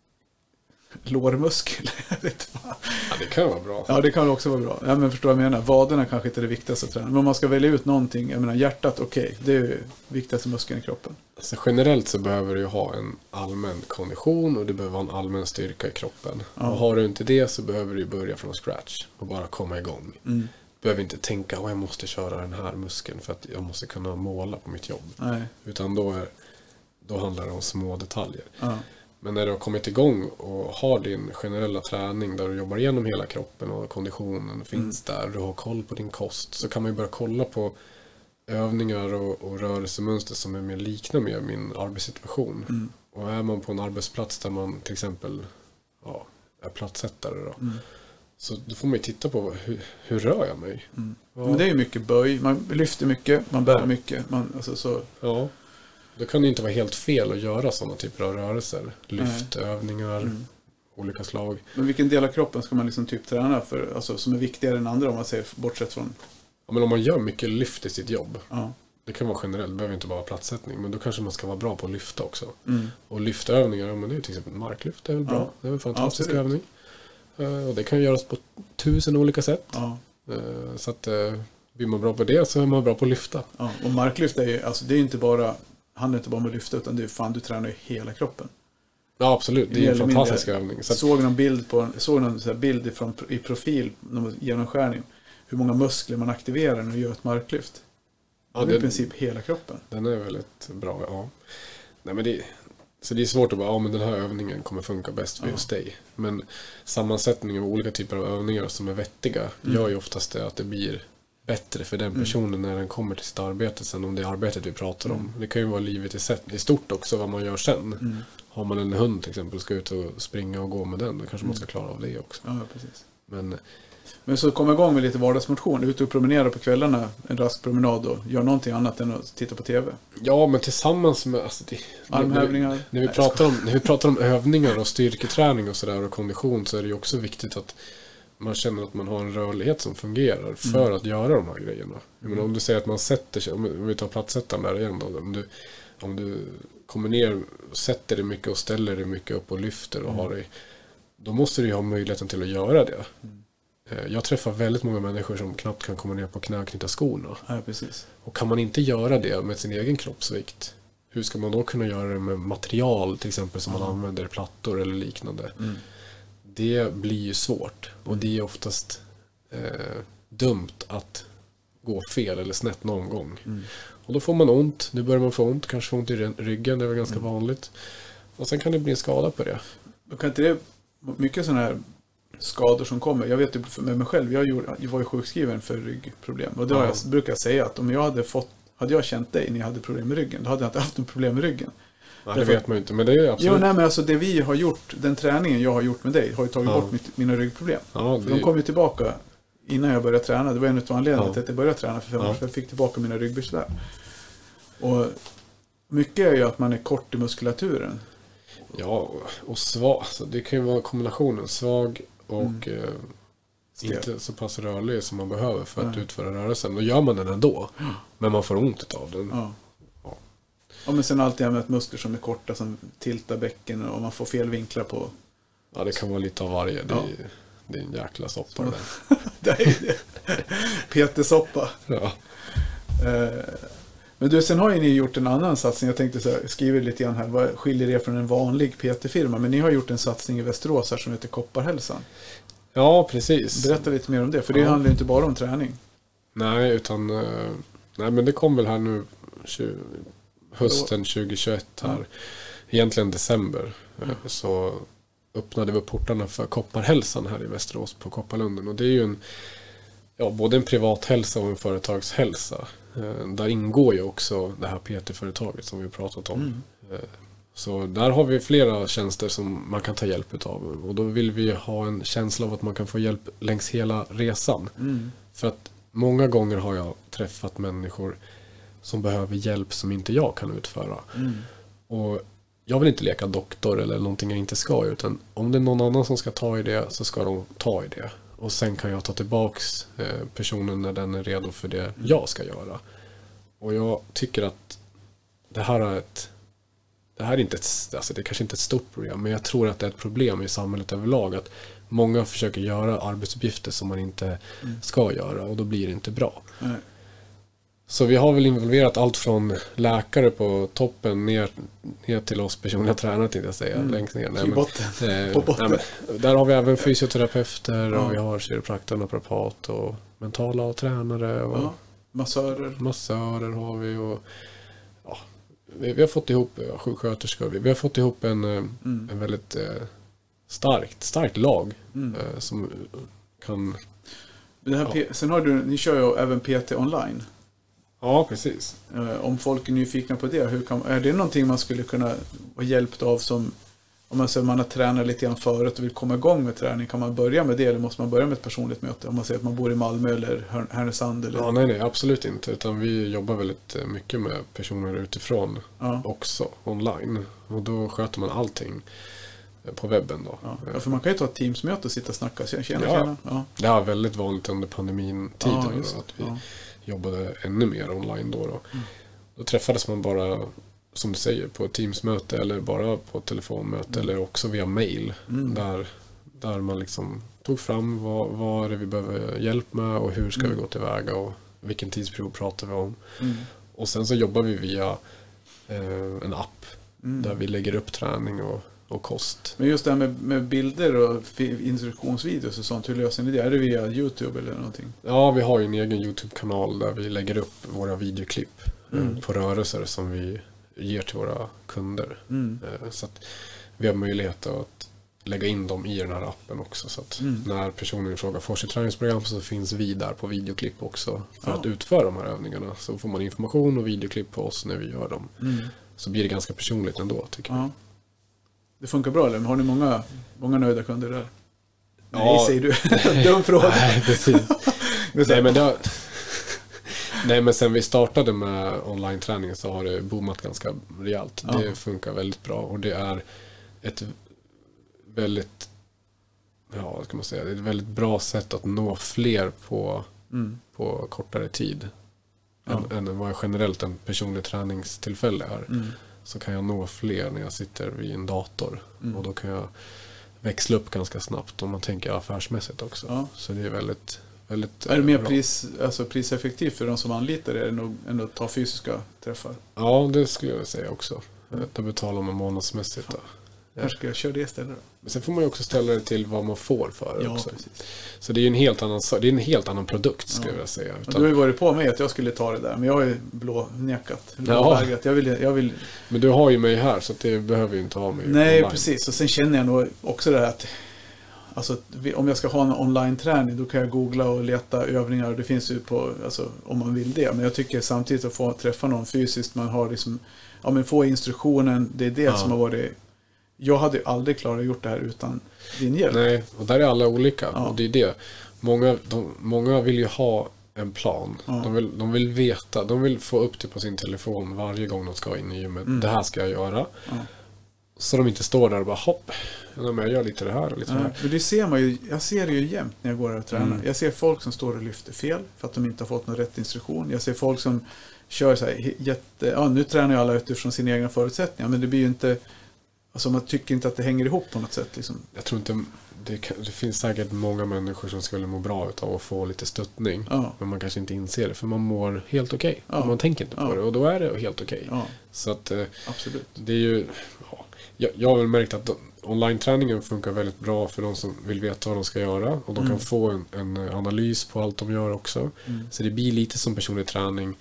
lårmuskel. Jag vet ja, det kan vara bra. Ja, det kan också vara bra. Ja, men förstår jag menar. Vaderna kanske inte är det viktigaste att träna. Men om man ska välja ut någonting, jag menar hjärtat, okej, okay, det är ju viktigaste muskeln i kroppen. Alltså, generellt så behöver du ju ha en allmän kondition och du behöver ha en allmän styrka i kroppen. Ja. Och har du inte det så behöver du börja från scratch och bara komma igång. Mm. Du behöver inte tänka att jag måste köra den här muskeln för att jag måste kunna måla på mitt jobb. Nej. Utan då, är, då handlar det om små detaljer. Ja. Men när du har kommit igång och har din generella träning där du jobbar igenom hela kroppen och konditionen finns mm. där, du har koll på din kost, så kan man ju börja kolla på övningar och, och rörelsemönster som är mer likna med min arbetssituation. Mm. Och är man på en arbetsplats där man till exempel ja, är platssättare då, mm. så då får man ju titta på hur, hur rör jag mig? Mm. Ja. Men det är ju mycket böj, man lyfter mycket, man bär ja. mycket. Man, alltså, så... Ja. Då kan det inte vara helt fel att göra sådana typer av rörelser. Lyftövningar, mm. olika slag. Men vilken del av kroppen ska man liksom typ träna för, alltså, som är viktigare än andra om man säger bortsett från? Ja, men om man gör mycket lyft i sitt jobb, ja. Det kan vara generellt, det behöver inte bara vara platssättning, men då kanske man ska vara bra på att lyfta också. Mm. Och lyftövningar, men det är till exempel marklyft, det är väl bra. Ja. Det är en fantastisk ja, övning. Och det kan göras på tusen olika sätt. Ja. Så att blir man bra på det så är man bra på att lyfta. Ja. Och marklyft är ju, alltså det är inte bara... handlar inte bara om att lyfta, utan det är fan, du tränar ju hela kroppen. Ja, absolut. Det är en fantastisk övning. Jag såg någon bild på såg någon så här bild ifrån, i profil, någon genomskärning, hur många muskler man aktiverar när du gör ett marklyft. Ja, det är i princip hela kroppen. Den är väldigt bra, ja. Nej, men det, så det är svårt att bara, ja men den här övningen kommer funka bäst för ja. just dig. Men sammansättningen av olika typer av övningar som är vettiga mm. gör ju oftast det att det blir bättre för den personen mm. när den kommer till sitt arbete sen, om det är arbetet vi pratar om. Mm. Det kan ju vara livet i, sätt, i stort också, vad man gör sen. Mm. Har man en hund till exempel, ska ut och springa och gå med den, då kanske mm. man ska klara av det också. Ja, precis. Men, Men så komma igång med lite vardagsmotion, ut och promenera på kvällarna, en rask promenad och gör någonting annat än att titta på tv. Ja, men tillsammans med alltså det, armhävningar. När, när, vi pratar om, när vi pratar om övningar och styrketräning och sådär och kondition, så är det ju också viktigt att man känner att man har en rörlighet som fungerar för mm. att göra de här grejerna. Mm. Men om du säger att man sätter sig, om vi tar platssättaren där igen då, om du, om du kommer ner och sätter dig mycket och ställer dig mycket upp och lyfter och mm. har dig, då måste du ju ha möjligheten till att göra det. Mm. Jag träffar väldigt många människor som knappt kan komma ner på knä och knyta skorna. Ja, precis. Och kan man inte göra det med sin egen kroppsvikt, hur ska man då kunna göra det med material till exempel som mm. man använder, plattor eller liknande? Mm. Det blir ju svårt. Och det är oftast eh, dumt att gå fel eller snett någon gång. Mm. Och då får man ont. Nu börjar man få ont. Kanske få ont i ryggen. Det är väl ganska mm. vanligt. Och sen kan det bli en skada på det. Då kan inte det... Mycket sådana här skador som kommer. Jag vet ju med mig själv. Jag, gjorde, jag var ju sjukskriven för ryggproblem. Och då ja. jag brukar säga att om jag hade fått... Hade jag känt dig när jag hade problem med ryggen, då hade jag inte haft något problem med ryggen. Ja, det vet man ju inte, men det är absolut... Jo, nej, men alltså det vi har gjort, den träningen jag har gjort med dig har ju tagit ja. bort mitt, mina ryggproblem. Ja, det... De kom ju tillbaka innan jag började träna. Det var en av anledningarna ja. till att jag började träna för fem ja. år sedan. Jag fick tillbaka mina ryggbesvär. Och mycket är ju att man är kort i muskulaturen. Ja, och svag. Alltså, det kan ju vara kombinationen svag och mm. eh, inte så pass rörlig som man behöver för att ja. utföra rörelsen. Då gör man den ändå, ja. men man får ont av den. Ja. Ja, men sen alltid med muskler som är korta som tiltar bäcken och man får fel vinklar på. Ja, det kan vara lite av varje. Det, ja. är, det är en jäkla soppa. Så, det är det. Peter-soppa. Ja. Eh, men du, sen har ju ni gjort en annan satsning. Jag tänkte så här, skriver lite grann här. Vad skiljer det från en vanlig P T-firma? Men ni har gjort en satsning i Västerås här som heter Kopparhälsan. Ja, precis. Berätta lite mer om det. För det ja. handlar ju inte bara om träning. Nej, utan... Nej, men det kom väl här nu... tjugo hösten tjugohundratjugoett här, mm. egentligen december, mm. så öppnade vi portarna för Kopparhälsan här i Västerås på Kopparlunden. Och det är ju en, ja, både en privathälsa och en företagshälsa. Där ingår ju också det här P T-företaget som vi har pratat om. Mm. Så där har vi flera tjänster som man kan ta hjälp av. Och då vill vi ha en känsla av att man kan få hjälp längs hela resan. Mm. För att många gånger har jag träffat människor som behöver hjälp som inte jag kan utföra. Mm. Och jag vill inte leka doktor eller någonting jag inte ska, utan om det är någon annan som ska ta i det så ska de ta i det. Och sen kan jag ta tillbaks eh, personen när den är redo för det jag ska göra. Och jag tycker att det här är ett det här är inte ett, alltså det är kanske inte ett stort problem, men jag tror att det är ett problem i samhället överlag att många försöker göra arbetsuppgifter som man inte mm. ska göra, och då blir det inte bra. Nej. Så vi har väl involverat allt från läkare på toppen ner, ner till oss personliga tränare, tänkte jag säga, mm. längst ner. Nej, I men, botten. Eh, på botten. Nej, men, där har vi även fysioterapeuter ja. och vi har kiropraktor, naprapat och mentala och tränare och ja. massörer. Massörer har vi och ja, vi, vi har fått ihop ja, sjuksköterskor. Vi, vi har fått ihop en, mm. en väldigt eh, starkt, starkt lag mm. eh, som kan... Det här, ja. Sen har du, ni kör ju även P T online. Ja, precis. Om folk är nyfikna på det, hur kan, är det någonting man skulle kunna vara hjälpt av som, om man säger man har tränat lite grann förut och vill komma igång med träning, kan man börja med det eller måste man börja med ett personligt möte? Om man säger att man bor i Malmö eller Härnösand eller... Ja, nej, nej, absolut inte. Utan vi jobbar väldigt mycket med personer utifrån ja. också, online. Och då sköter man allting på webben då. Ja, för man kan ju ta ett teamsmöte och sitta och snacka. Tjena, ja. tjena. Ja. Det är väldigt vanligt under pandemin-tiden ja, just, att vi ja. jobbade ännu mer online då. Då. Mm. Då träffades man bara, som du säger, på ett teamsmöte eller bara på ett telefonmöte mm. eller också via mail. Mm. Där, där man liksom tog fram vad, vad är det vi behöver hjälp med och hur ska mm. vi gå tillväga och vilken tidsperiod pratar vi om. Mm. Och sen så jobbar vi via eh, en app mm. där vi lägger upp träning och och kost. Men just det här med, med bilder och instruktionsvideos och sånt, hur löser ni det? Är det via YouTube eller någonting? Ja, vi har ju en egen YouTube-kanal där vi lägger upp våra videoklipp mm. på rörelser som vi ger till våra kunder. Mm. Så att vi har möjlighet att lägga in dem i den här appen också. Så att mm. när personen i fråga får sitt träningsprogram så finns vi där på videoklipp också för ja. att utföra de här övningarna. Så får man information och videoklipp på oss när vi gör dem. Mm. Så blir det ganska personligt ändå, tycker jag. Ja. Det funkar bra, eller? Har ni många, många nöjda kunder där? Ja. Nej, säger du. Dum fråga. Nej, precis. Nej, men det, nej, men sen vi startade med online-träning så har det boomat ganska rejält. Ja. Det funkar väldigt bra och det är ett väldigt, ja, vad ska man säga, det är ett väldigt bra sätt att nå fler på, mm. på kortare tid. Ja. Än, än vad generellt en personlig träningstillfälle är. Mm. Så kan jag nå fler när jag sitter vid en dator. Mm. Och då kan jag växla upp ganska snabbt om man tänker affärsmässigt också. Ja. Så det är väldigt, väldigt är det mer pris, alltså priseffektivt för de som anlitar det än, än att ta fysiska träffar? Ja, det skulle jag säga också. Mm. Då betalar man månadsmässigt. Då. Här ska jag köra det istället då? Men sen får man ju också ställa det till vad man får för det ja, också. Precis. Så det är en helt annan, det är en helt annan produkt skulle ja. jag vilja säga. Utan... Du har ju varit på mig att jag skulle ta det där, men jag har ju blånekat. Ja. Jag vill, jag vill... Men du har ju mig här så det behöver ju inte ha mig. Nej, online. Precis. Och sen känner jag nog också det här att alltså, om jag ska ha en online-träning då kan jag googla och leta övningar. Det finns ju på, alltså, om man vill det. Men jag tycker samtidigt att få träffa någon fysiskt, man har liksom, ja men få instruktionen, det är det ja. som har varit. Jag hade aldrig klarat att gjort det här utan din hjälp. Nej, och där är alla olika. Ja. Och det är det. Många, de, många vill ju ha en plan. Ja. De, vill, de vill veta. De vill få upp det på sin telefon varje gång de ska in i gymmet. Mm. Det här ska jag göra. Ja. Så de inte står där och bara hopp. Jag gör lite det här och lite ja. det här. Men det ser man ju, jag ser det ju jämt när jag går här och tränar. Mm. Jag ser folk som står och lyfter fel för att de inte har fått någon rätt instruktion. Jag ser folk som kör så här jätte... Ja, nu tränar ju alla utifrån sina egna förutsättningar. Men det blir ju inte... Alltså man tycker inte att det hänger ihop på något sätt. Liksom. Jag tror inte... Det, kan, det finns säkert många människor som skulle må bra av att få lite stöttning. Ja. Men man kanske inte inser det. För man mår helt okej. Okay. Ja. Man tänker inte på ja. det. Och då är det helt okej. Okay. Ja. Så att... Absolut. Det är ju... Ja, jag, jag har väl märkt att online-träningen funkar väldigt bra för de som vill veta vad de ska göra. Och de mm. kan få en, en analys på allt de gör också. Mm. Så det blir lite som personlig träning.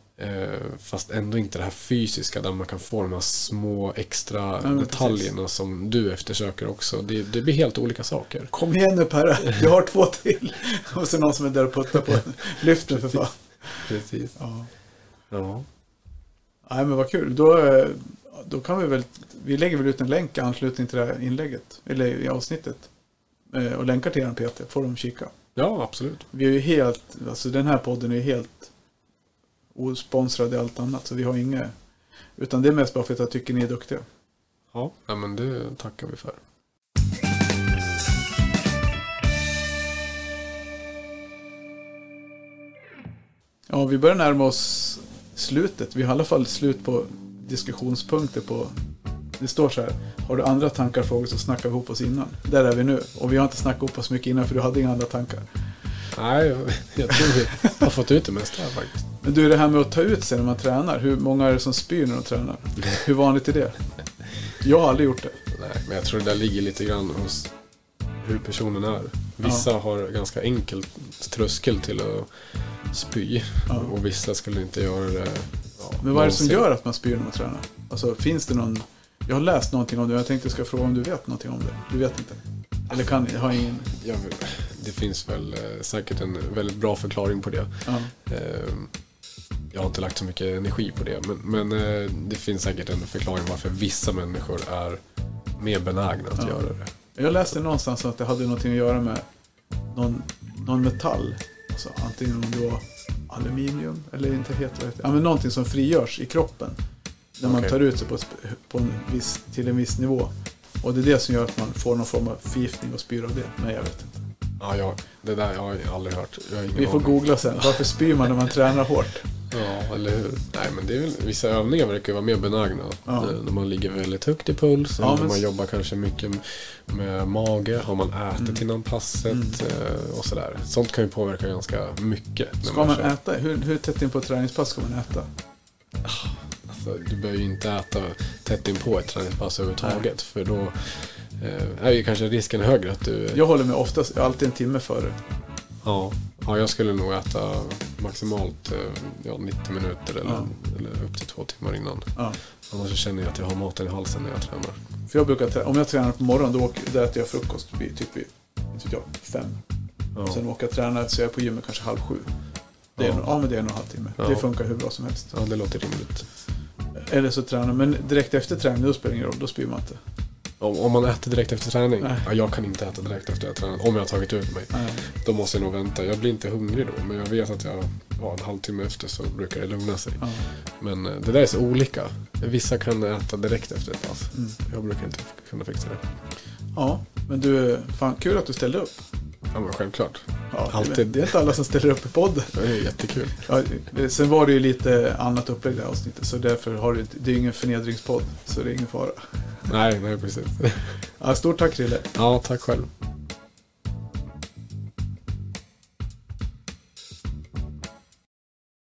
Fast ändå inte det här fysiska där man kan få de här små extra ja, detaljerna precis. Som du eftersöker också. Det, det blir helt olika saker. Kom igen nu Per, jag har två till. Och så någon som är där och puttar på lyften för fan. Precis. Ja. Ja. Nej, men vad kul. Då, då kan vi väl, vi lägger väl ut en länk i anslutning till det här inlägget, eller i avsnittet. Och länkar till er P T, får de kika. Ja, absolut. Vi är ju helt, alltså den här podden är ju helt osponsrad i allt annat, så vi har inga, utan det är mest bara för att jag tycker ni är duktiga. Ja, men det tackar vi för. Ja, vi börjar närma oss slutet. Vi har i alla fall slut på diskussionspunkter på... Det står så här: har du andra tankar och frågor så snackar vi ihop oss innan. Där är vi nu. Och vi har inte snackat ihop oss mycket innan för du hade inga andra tankar. Nej, jag, jag tror vi har fått ut det mesta här faktiskt. Men du, det här med att ta ut sig när man tränar. Hur många är det som spyr när de tränar? Hur vanligt är det? Jag har aldrig gjort det. Nej, men jag tror det där ligger lite grann hos hur personen är. Vissa ja. har ganska enkelt tröskel till att spy. Ja. Och vissa skulle inte göra det. Ja, men vad är det som gör att man spyr när man tränar? Alltså, finns det någon... Jag har läst någonting om det. Jag tänkte jag ska fråga om du vet någonting om det. Du vet inte? Eller kan jag har ingen... Jag vet, det finns väl eh, säkert en väldigt bra förklaring på det. Ja. Eh, jag har inte lagt så mycket energi på det. Men, men eh, det finns säkert en förklaring varför vissa människor är mer benägna att ja. göra det. Jag läste någonstans att det hade någonting att göra med någon, någon metall. Alltså antingen om det var aluminium eller inte helt rätt. Ja, men någonting som frigörs i kroppen. När man okay. tar ut sig på, på en viss, till en viss nivå. Och det är det som gör att man får någon form av förgiftning och spyr av det. Men jag vet inte. Ja, jag, det där jag har jag aldrig hört. Jag Vi får aning. googla sen. Varför spyr man när man tränar hårt? Ja, eller hur? Nej, men det är väl, vissa övningar verkar vara mer benägna. Ja. När man ligger väldigt högt i puls. Ja, när men... man jobbar kanske mycket med mage. Har man ätit mm. innan passet mm. och sådär. Sånt kan ju påverka ganska mycket. Ska man, man äta? Hur, hur tätt in på ett träningspass ska man äta? Alltså, du bör ju inte äta tätt in på ett träningspass överhuvudtaget. Nej. För då eh, är ju kanske risken högre att du... Jag håller mig oftast alltid en timme före. Ja, ja jag skulle nog äta maximalt ja, nittio minuter eller, ja. eller upp till två timmar innan. Ja. Annars så känner jag att jag har maten i halsen när jag tränar. För jag brukar, om jag tränar på morgonen då åker, där äter jag frukost vid typ vid, typ jag, fem. Ja. Sen åker jag träna så jag är på gymmet kanske halv sju. Det är, ja. ja, men det är en halvtimme. Ja. Det funkar hur bra som helst. Ja, det låter rimligt. Eller så tränar, men direkt efter träning då spelar det ingen roll, då spyr man inte. Om, om man äter direkt efter träning? Ja, jag kan inte äta direkt efter jag har tränat. Om jag har tagit ut mig. Nej. Då måste jag nog vänta. Jag blir inte hungrig då. Men jag vet att jag ja, en halvtimme efter så brukar det lugna sig. Ja. Men det där är så olika. Vissa kan äta direkt efter ett pass. Mm. Jag brukar inte kunna fixa det. Ja, men du, fan kul att du ställde upp. Ja, men självklart. Ja, alltid. Det är inte alla som ställer upp i podden. Det är jättekul. Ja, sen var det ju lite annat upplägg det här avsnittet. Så därför har det, det är ingen förnedringspodd. Så det är ingen fara. Nej, nej precis. Ja, stort tack Rille. Ja, tack själv.